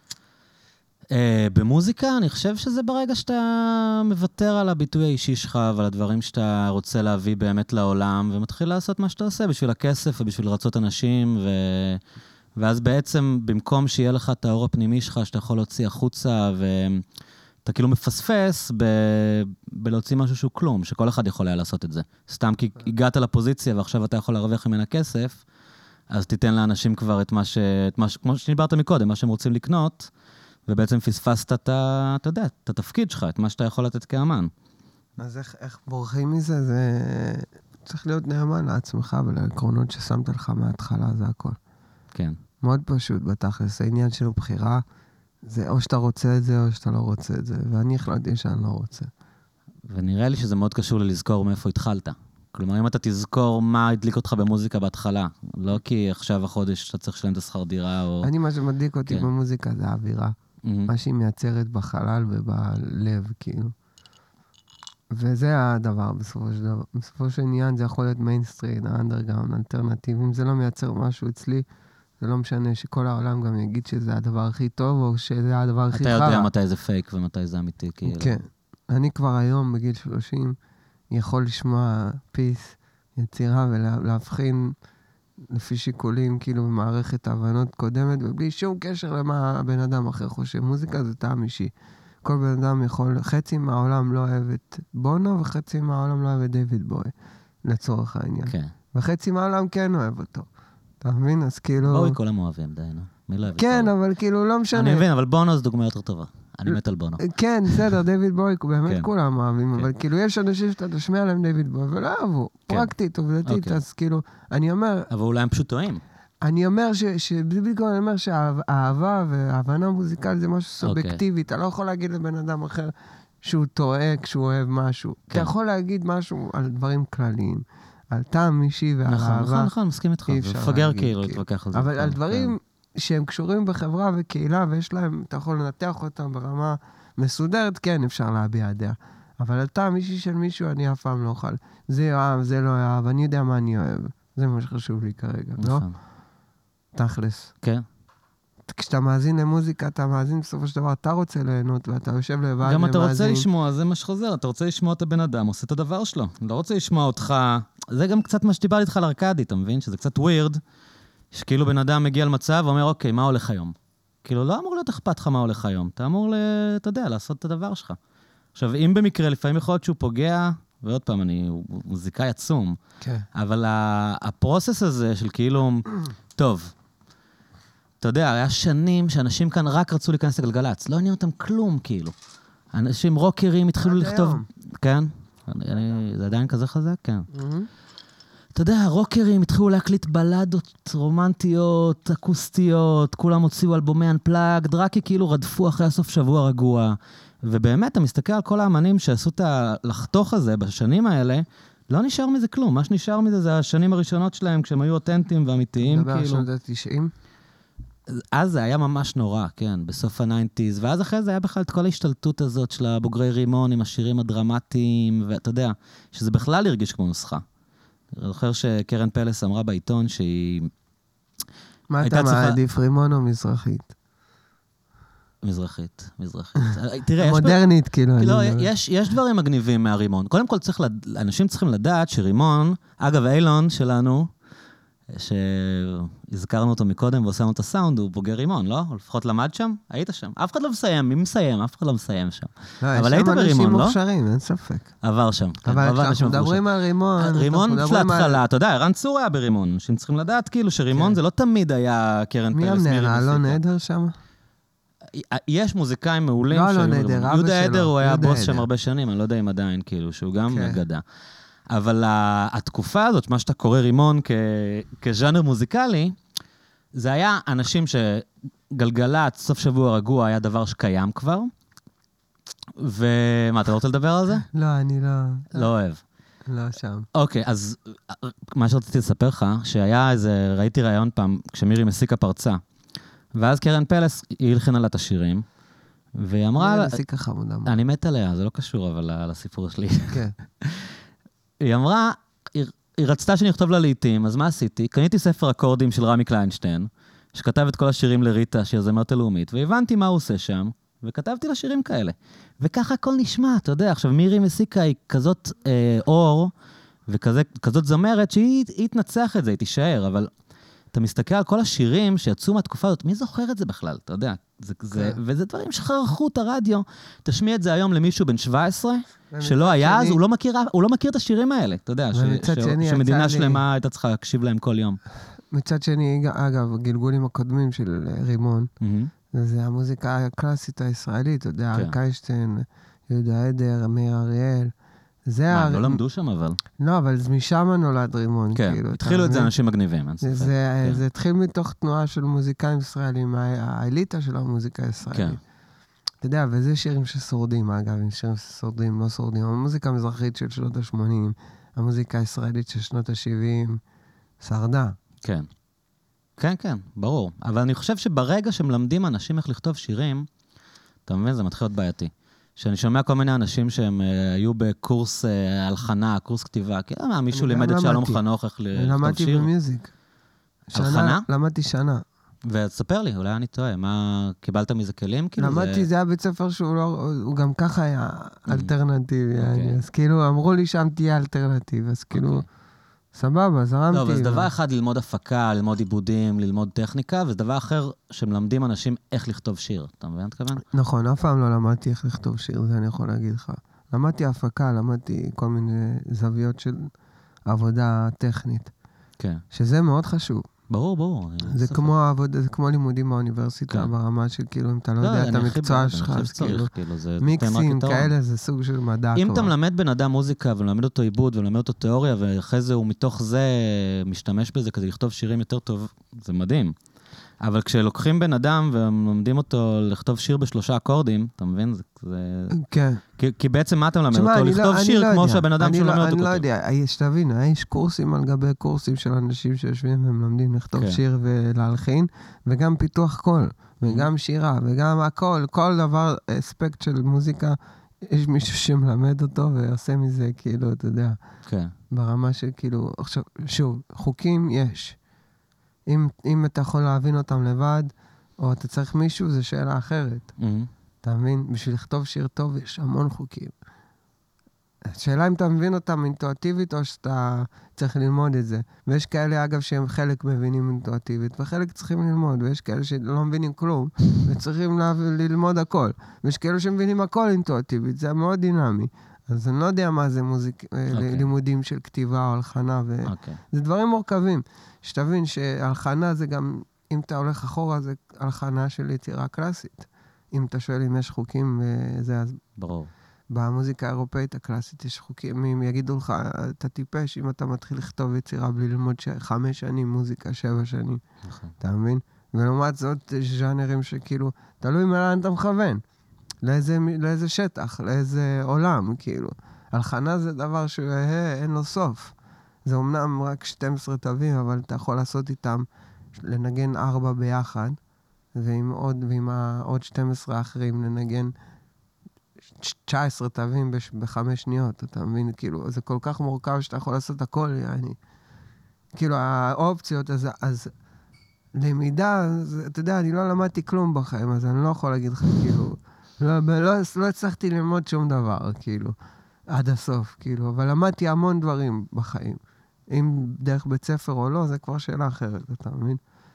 במוזיקה, אני חושב שזה ברגע שאתה מוותר על הביטוי האישי שלך ועל הדברים שאתה רוצה להביא באמת לעולם, ומתחיל לעשות מה שאתה עושה בשביל הכסף ובשביל רצות אנשים, ואז בעצם במקום שיהיה לך את האור הפנימי שלך, שאתה יכול להוציא החוצה, ואתה כאילו מפספס בלהוציא משהו שהוא כלום, שכל אחד יכול היה לעשות את זה. סתם כי הגעת לפוזיציה ועכשיו אתה יכול להרוויח ממנה כסף, אז תיתן לאנשים כבר את מה כמו שדיברת מקודם, מה שהם רוצים לקנות, ובעצם פספסת אתה יודע, את התפקיד שלך, את מה שאתה יכול לתת כאמן. אז איך בורחים מזה? זה צריך להיות נאמן לעצמך ולעקרונות ששמת לך מההתחלה, זה הכל. כן. מאוד פשוט בתכלס, העניין של בחירה, זה או שאתה רוצה את זה או שאתה לא רוצה את זה, ואני החלטתי שאני לא רוצה. ונראה לי שזה מאוד קשור ללזכור מאיפה התחלת. כלומר, אם אתה תזכור מה הדליק אותך במוזיקה בהתחלה, לא כי עכשיו החודש אתה צריך לשלם את השכר דירה או... מה שמדליק אותי במוזיקה זה האווירה. מה שהיא מייצרת בחלל ובלב, כאילו. וזה הדבר בסופו של דבר. בסופו של עניין זה יכול להיות מיינסטריט, האנדרגראונד, אלטרנטיב. אם זה לא מייצר משהו אצלי, זה לא משנה שכל העולם גם יגיד שזה הדבר הכי טוב, או שזה הדבר הכי חרא. אתה יודע מתי זה פייק ומתי זה אמיתי, כאילו. כן. אני כבר היום, בגיל 30, יכול לשמוע פיס, יצירה, ולהבחין לפי שיקולים, כאילו, במערכת ההבנות קודמת, ובלי שום קשר למה הבן אדם אחר חושב. מוזיקה זה טעם אישי. כל בן אדם יכול, חצי מהעולם לא אוהב את בונו, וחצי מהעולם לא אוהב את דיוויד בוי, לצורך העניין. כן. וחצי מהעולם כן אוהב אותו. אתה מבין? אז כאילו... בואי, כולם אוהבים, די, נו. מי לא אוהב את כן, אבל כאילו, לא משנה. אני מבין, אבל בונו זו דוגמה יותר טובה. אני מת על בונו. כן, בסדר, דיוויד בוי, באמת כולם אוהבים, אבל כאילו יש אנשים שאתה תשמיע להם דיוויד בוי, ולא אהבו, פרקטית, עובדתית, אז כאילו, אני אומר... אבל אולי הם פשוט טועים. אני אומר אני אומר שהאהבה וההבנה המוזיקלית זה משהו סובייקטיבי, אתה לא יכול להגיד לבן אדם אחר שהוא טועה כשהוא אוהב משהו. אתה יכול להגיד משהו על דברים כלליים, על טעם אישי ועל אהבה. נכון, מסכים איתך, ופגר כאילו להתווכח על זה. אבל על דברים שהם קשורים בחברה וקהילה, ויש להם, אתה יכול לנתח אותם ברמה מסודרת, כן, אפשר להביע דעה. אבל על טעם אישי של מישהו אני אף פעם לא אוכל. זה יאהב, זה לא יאהב, אני יודע מה אני אוהב. זה מה שחשוב לי כרגע, לא? תכלס. כן. כשאתה מאזין למוזיקה, אתה מאזין בסופו של דבר, אתה רוצה ליהנות, ואתה יושב לבד למאזין. גם אתה רוצה לשמוע, זה מה שחוזר, אתה רוצה לשמוע את הבן אדם, עושה את הדבר שלו. לא רוצה לשמוע אותך, זה גם קצת מה שדיברתי איתך על ארקדי, אתה מבין? שזה קצת ווירד, שכאילו בן אדם מגיע למצב ואומר, אוקיי, מה הולך היום? כאילו, לא אמור להיות אכפת לך מה הולך היום, אתה אמור, אתה יודע, לעשות את הדבר שלך. עכשיו, אם במקרה, לפעמים יכול להיות שהוא פוגע, ועוד פעם, הוא מוזיקאי עצום, אבל הפרוסס הזה של כאילו, טוב, אתה יודע, היה שנים שאנשים כאן רק רצו להיכנס לגלגלץ, לא עניין אותם כלום, כאילו. אנשים רוקרים התחילו לכתוב... היום. כן? זה עדיין כזה חזק, כן. אתה יודע, הרוקרים התחילו להקליט בלדות רומנטיות, אקוסטיות, כולם הוציאו אלבומי Unplugged, רק כאילו רדפו אחרי הסוף שבוע רגוע. ובאמת, אתה מסתכל על כל האמנים שעשו את הלחתוך הזה בשנים האלה, לא נשאר מזה כלום. מה שנשאר מזה זה השנים הראשונות שלהם, כשהם היו אותנטיים ואמיתיים. מדבר על שנות ה-90? אז זה היה ממש נורא, כן, בסוף ה-90s, ואז אחרי זה היה בכלל את כל ההשתלטות הזאת של הבוגרי רימון עם השירים הדרמטיים, ואתה יודע, שזה בכלל הרגיש כמו נוסחה. אני זוכר שקרן פלס אמרה בעיתון שהיא... מה אתה מעדיף, רימון או מזרחית? מזרחית. תראה, מודרנית, כאילו. יש דברים מגניבים מהרימון. קודם כל, אנשים צריכים לדעת שרימון, אגב, אילון שלנו, שהזכרנו אותו מקודם ועושה לנו את הסאונד, הוא בוגר רימון, לא? הוא לפחות למד שם? היית שם. אף אחד לא מסיים, מי מסיים? אף אחד לא מסיים שם. אבל היית ברימון, לא? יש שם אנשים מוכשרים, אין ספק. עבר שם. אבל כשאנחנו מדברים על רימון... רימון של ההתחלה, אתה יודע, ערן צור היה ברימון, אנשים צריכים לדעת כאילו שרימון זה לא תמיד היה קרן פלס. מי המנהל? אלון עדר שם? יש מוזיקאים מעולים. לא אלון עדר, אבא שלו. יהודה עדר הוא היה בוס שם הרבה שנים, אני לא יודע אם עדיין, כאילו, שהוא גם אגדה. אבל התקופה הזאת, מה שאתה קורא רימון כז'אנר מוזיקלי, זה היה אנשים שגלגלת, סוף שבוע רגוע, היה דבר שקיים כבר. ומה, אתה לא רוצה לדבר על זה? לא, אני לא... לא אוהב. לא שם. אוקיי, אז מה שרציתי לספר לך, שהיה איזה, ראיתי רעיון פעם, כשמירי מסיקה פרצה, ואז קרן פלס, היא הלחינה לה את השירים, והיא אמרה... מסיקה חמודה. אני מת עליה, זה לא קשור, אבל לסיפור שלי. כן. היא אמרה, היא רצתה שאני אכתוב לה לעיתים, אז מה עשיתי? קניתי ספר אקורדים של רמי קליינשטיין, שכתב את כל השירים לריטה, שהיא יזמרת הלאומית, והבנתי מה הוא עושה שם, וכתבתי לה שירים כאלה. וככה הכל נשמע, אתה יודע, עכשיו מירי מסיקה היא כזאת אור, וכזאת זמרת, שהיא תנצח את זה, היא תישאר, אבל אתה מסתכל על כל השירים שיצאו מהתקופה הזאת, מי זוכר את זה בכלל, אתה יודע? וזה דברים שחרחו את הרדיו. תשמיע את זה היום למישהו בן 17, שלא היה אז, הוא לא מכיר את השירים האלה, אתה יודע, שמדינה שלמה הייתה צריכה להקשיב להם כל יום. מצד שני, אגב, הגלגולים הקודמים של רימון, זה המוזיקה הקלאסית הישראלית, אתה יודע, אריק איינשטיין, יהודה עדר, מאיר אריאל. מה, לא למדו שם אבל? לא, אבל משם נולד רימון. כן, התחילו את זה אנשים מגניבים. זה התחיל מתוך תנועה של מוזיקאים ישראלים, האליטה של המוזיקה הישראלית. אתה יודע, וזה שירים ששורדים, אגב, שירים ששורדים, לא שורדים. המוזיקה המזרחית של שנות ה-80, המוזיקה הישראלית של שנות ה-70, שרדה. כן. כן, כן, ברור. אבל אני חושב שברגע שמלמדים אנשים איך לכתוב שירים, אתה מבין, זה מתחיל להיות בעייתי. שאני שומע כל מיני אנשים שהם היו בקורס הלחנה, קורס כתיבה, כי מישהו לימד את שלום חנוך איך לכתוב שיר. למדתי במיוזיק. הלחנה? למדתי שנה. ותספר לי, אולי אני טועה, מה, קיבלת מזה כלים? למדתי, זה היה בית ספר שהוא גם ככה היה אלטרנטיבי. אז כאילו, אמרו לי שם תהיה אלטרנטיב, אז כאילו... סבבה, זרמתי. לא, אבל זה דבר אחד ללמוד הפקה, ללמוד עיבודים, ללמוד טכניקה, וזה דבר אחר שמלמדים אנשים איך לכתוב שיר. אתה מבין, תכוון? נכון, אף פעם לא למדתי איך לכתוב שיר, זה אני יכול להגיד לך. למדתי הפקה, למדתי כל מיני זוויות של עבודה טכנית. כן. שזה מאוד חשוב. ברור, ברור. זה כמו עבודה, זה כמו לימודים באוניברסיטה, ברמה של כאילו, אם אתה לא יודע את המקצוע שלך, אז כאילו, מיקסים כאלה, זה סוג של מדע. אם אתה מלמד בן אדם מוזיקה, ומלמד אותו עיבוד, ומלמד אותו תיאוריה, ואחרי זה הוא מתוך זה משתמש בזה כדי לכתוב שירים יותר טוב, זה מדהים. אבל כשלוקחים בן אדם ומלמדים אותו לכתוב שיר ב3 אקורדים, אתה מבין? כן. כי בעצם מה אתה מלמד אותו? לכתוב שיר כמו שהבן אדם שלומד אותו. אני לא יודע, שתבין, יש קורסים על גבי קורסים של אנשים שיושבים ומלמדים לכתוב שיר ולהלחין, וגם פיתוח קול, וגם שירה, וגם הכל, כל דבר, אספקט של מוזיקה, יש מישהו שמלמד אותו ועושה מזה, כאילו, אתה יודע, ברמה שכאילו, עכשיו, שוב, חוקים יש. אם אתה יכול להבין אותם לבד, או אתה צריך מישהו, זו שאלה אחרת. אתה מבין? בשביל לכתוב שיר טוב, יש המון חוקים. השאלה אם אתה מבין אותם אינטואטיבית, או שאתה צריך ללמוד את זה. ויש כאלה, אגב, שהם חלק מבינים אינטואטיבית, וחלק צריכים ללמוד, ויש כאלה שלא מבינים כלום, וצריכים ללמוד הכל. ויש כאלה שמבינים הכל אינטואטיבית, זה מאוד דינמי. אז אני לא יודע מה זה לימודים של כתיבה או הלחנה, זה דברים מורכבים. שתבין שהלחנה זה גם, אם אתה הולך אחורה, זה הלחנה של יצירה קלאסית. אם אתה שואל אם יש חוקים וזה, אז... ברור. במוזיקה האירופאית הקלאסית יש חוקים, אם יגידו לך, אתה טיפש, אם אתה מתחיל לכתוב יצירה בלי ללמוד 5 שנים, מוזיקה 7 שנים. אתה מבין? ולעומת זאת, יש ז'אנרים שכאילו, תלוי לאן אתה מכוון. לאיזה שטח, לאיזה עולם, כאילו. הלחנה זה דבר שאין לו סוף. זה אומנם רק 12 תווים, אבל אתה יכול לעשות איתם, לנגן 4 ביחד, ועם עוד 12 האחרים לנגן 19 תווים ב5 שניות, אתה מבין? כאילו, זה כל כך מורכב שאתה יכול לעשות הכל, יעני. כאילו, האופציות, אז למידה, אתה יודע, אני לא למדתי כלום בחיים, אז אני לא יכול להגיד לך, כאילו, לא הצלחתי ללמוד שום דבר, כאילו, עד הסוף, כאילו, אבל למדתי המון דברים בחיים. אם דרך בית ספר או לא, זה כבר שאלה אחרת, אתה מבין?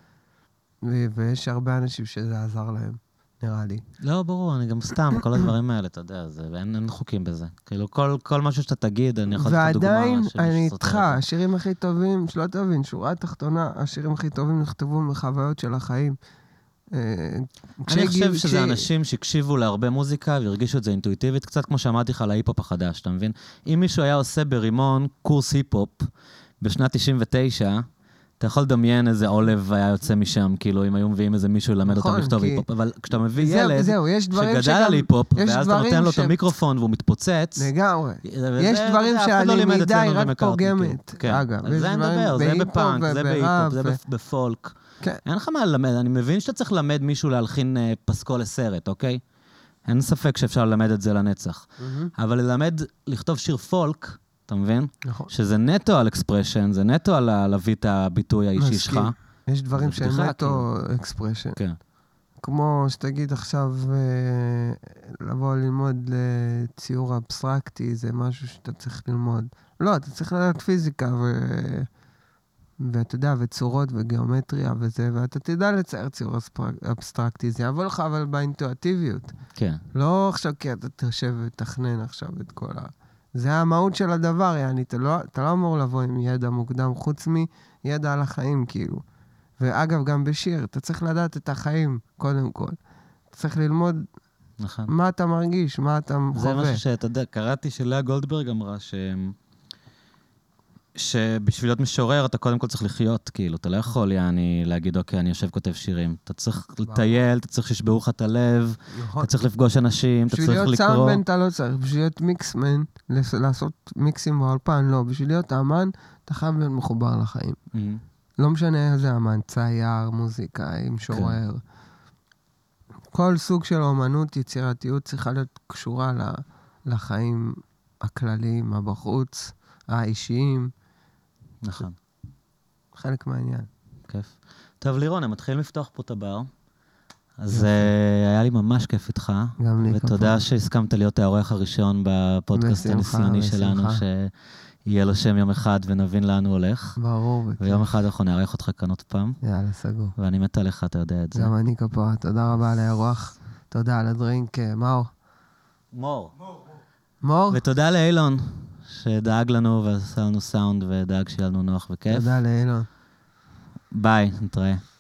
ויש הרבה אנשים שזה עזר להם, נראה לי. לא, ברור, אני גם סתם, כל הדברים האלה, אתה יודע, אין חוקים בזה. כאילו, כל משהו שאתה תגיד, אני יכול לתת דוגמה. ועדיין, אני איתך, השירים הכי טובים, שלא תבין, שורה התחתונה, השירים הכי טובים נכתבו מחוויות של החיים. אני חושב שזה אנשים שהקשיבו להרבה מוזיקה והרגישו את זה אינטואיטיבית, קצת כמו שאמרתי לך על ההיפ-הופ החדש, אתה מבין? אם מישהו היה עושה ברימון קורס היפ-הופ בשנת 99, אתה יכול לדמיין איזה עולב היה יוצא משם, כאילו, אם היו מביאים איזה מישהו ללמד אותם לכתוב היפ-הופ, אבל כשאתה מביא ילד שגדל על היפ-הופ, ואז אתה נותן לו את המיקרופון והוא מתפוצץ, לגמרי. יש דברים שהלמידה היא רק פוגמת, אגב. זה אני מדבר, זה בפאנק, זה בהיפ-הופ, זה בפולק. אין לך מה ללמד, אני מבין שאתה צריך ללמד מישהו להלחין פסקול לסרט, אוקיי? אין ספק שאפשר ללמד את זה לנצח. אבל ללמד, לכתוב שיר פולק, אתה מבין? נכון. שזה נטו על אקספרשן, זה נטו על להביא את הביטוי האישי שלך. יש דברים שהם נטו אקספרשן. כן. כמו שתגיד עכשיו, לבוא ללמוד לציור אבסטרקטי, זה משהו שאתה צריך ללמוד. לא, אתה צריך לדעת פיזיקה ואתה יודע, וצורות וגיאומטריה וזה, ואתה תדע לצייר ציור אבסטרקטי, זה יבוא לך אבל באינטואטיביות. כן. לא עכשיו כי אתה תשב ותכנן עכשיו את כל זה המהות של הדבר, יעני, אתה לא אמור לבוא עם ידע מוקדם, חוץ מידע על החיים, כאילו. ואגב, גם בשיר, אתה צריך לדעת את החיים, קודם כל. אתה צריך ללמוד מה אתה מרגיש, מה אתה חווה. זה משהו שאתה יודע, קראתי שלאה גולדברג אמרה שבשביל להיות משורר, אתה קודם כל צריך לחיות, כאילו, אתה לא יכול, להגיד, אוקיי, אני יושב כותב שירים. אתה צריך לטייל, אתה צריך שישבעו לך את הלב, אתה צריך לפגוש אנשים, אתה צריך לקרוא. בשביל להיות סאונדמן אתה לא צריך, בשביל להיות מיקסמן, לעשות מיקסים באולפן, לא, בשביל להיות אמן, אתה חייב להיות מחובר לחיים. לא משנה איזה אמן, צייר, מוזיקאי, משורר. כל סוג של אומנות, יצירתיות, צריכה להיות קשורה לחיים הכלליים, הבחוץ, האישיים. נכון. חלק מהעניין. כיף. טוב, לירון, אני מתחיל לפתוח פה את הבר. אז היה לי ממש כיף איתך. גם לי. ותודה שהסכמת להיות האורח הראשון בפודקאסט הניסיוני שלנו, שיהיה לו שם יום אחד ונבין לאן הוא הולך. ברור. ויום אחד אנחנו נערך אותך כאן עוד פעם. יאללה, סגור. ואני מת עליך, אתה יודע את זה. גם אני כפרה. תודה רבה על האירוח. תודה על הדרינק. מור. ותודה לאילון. שדאג לנו ועשה לנו סאונד ודאג שיהיה לנו נוח וכיף. תודה לאילון. ביי, נתראה.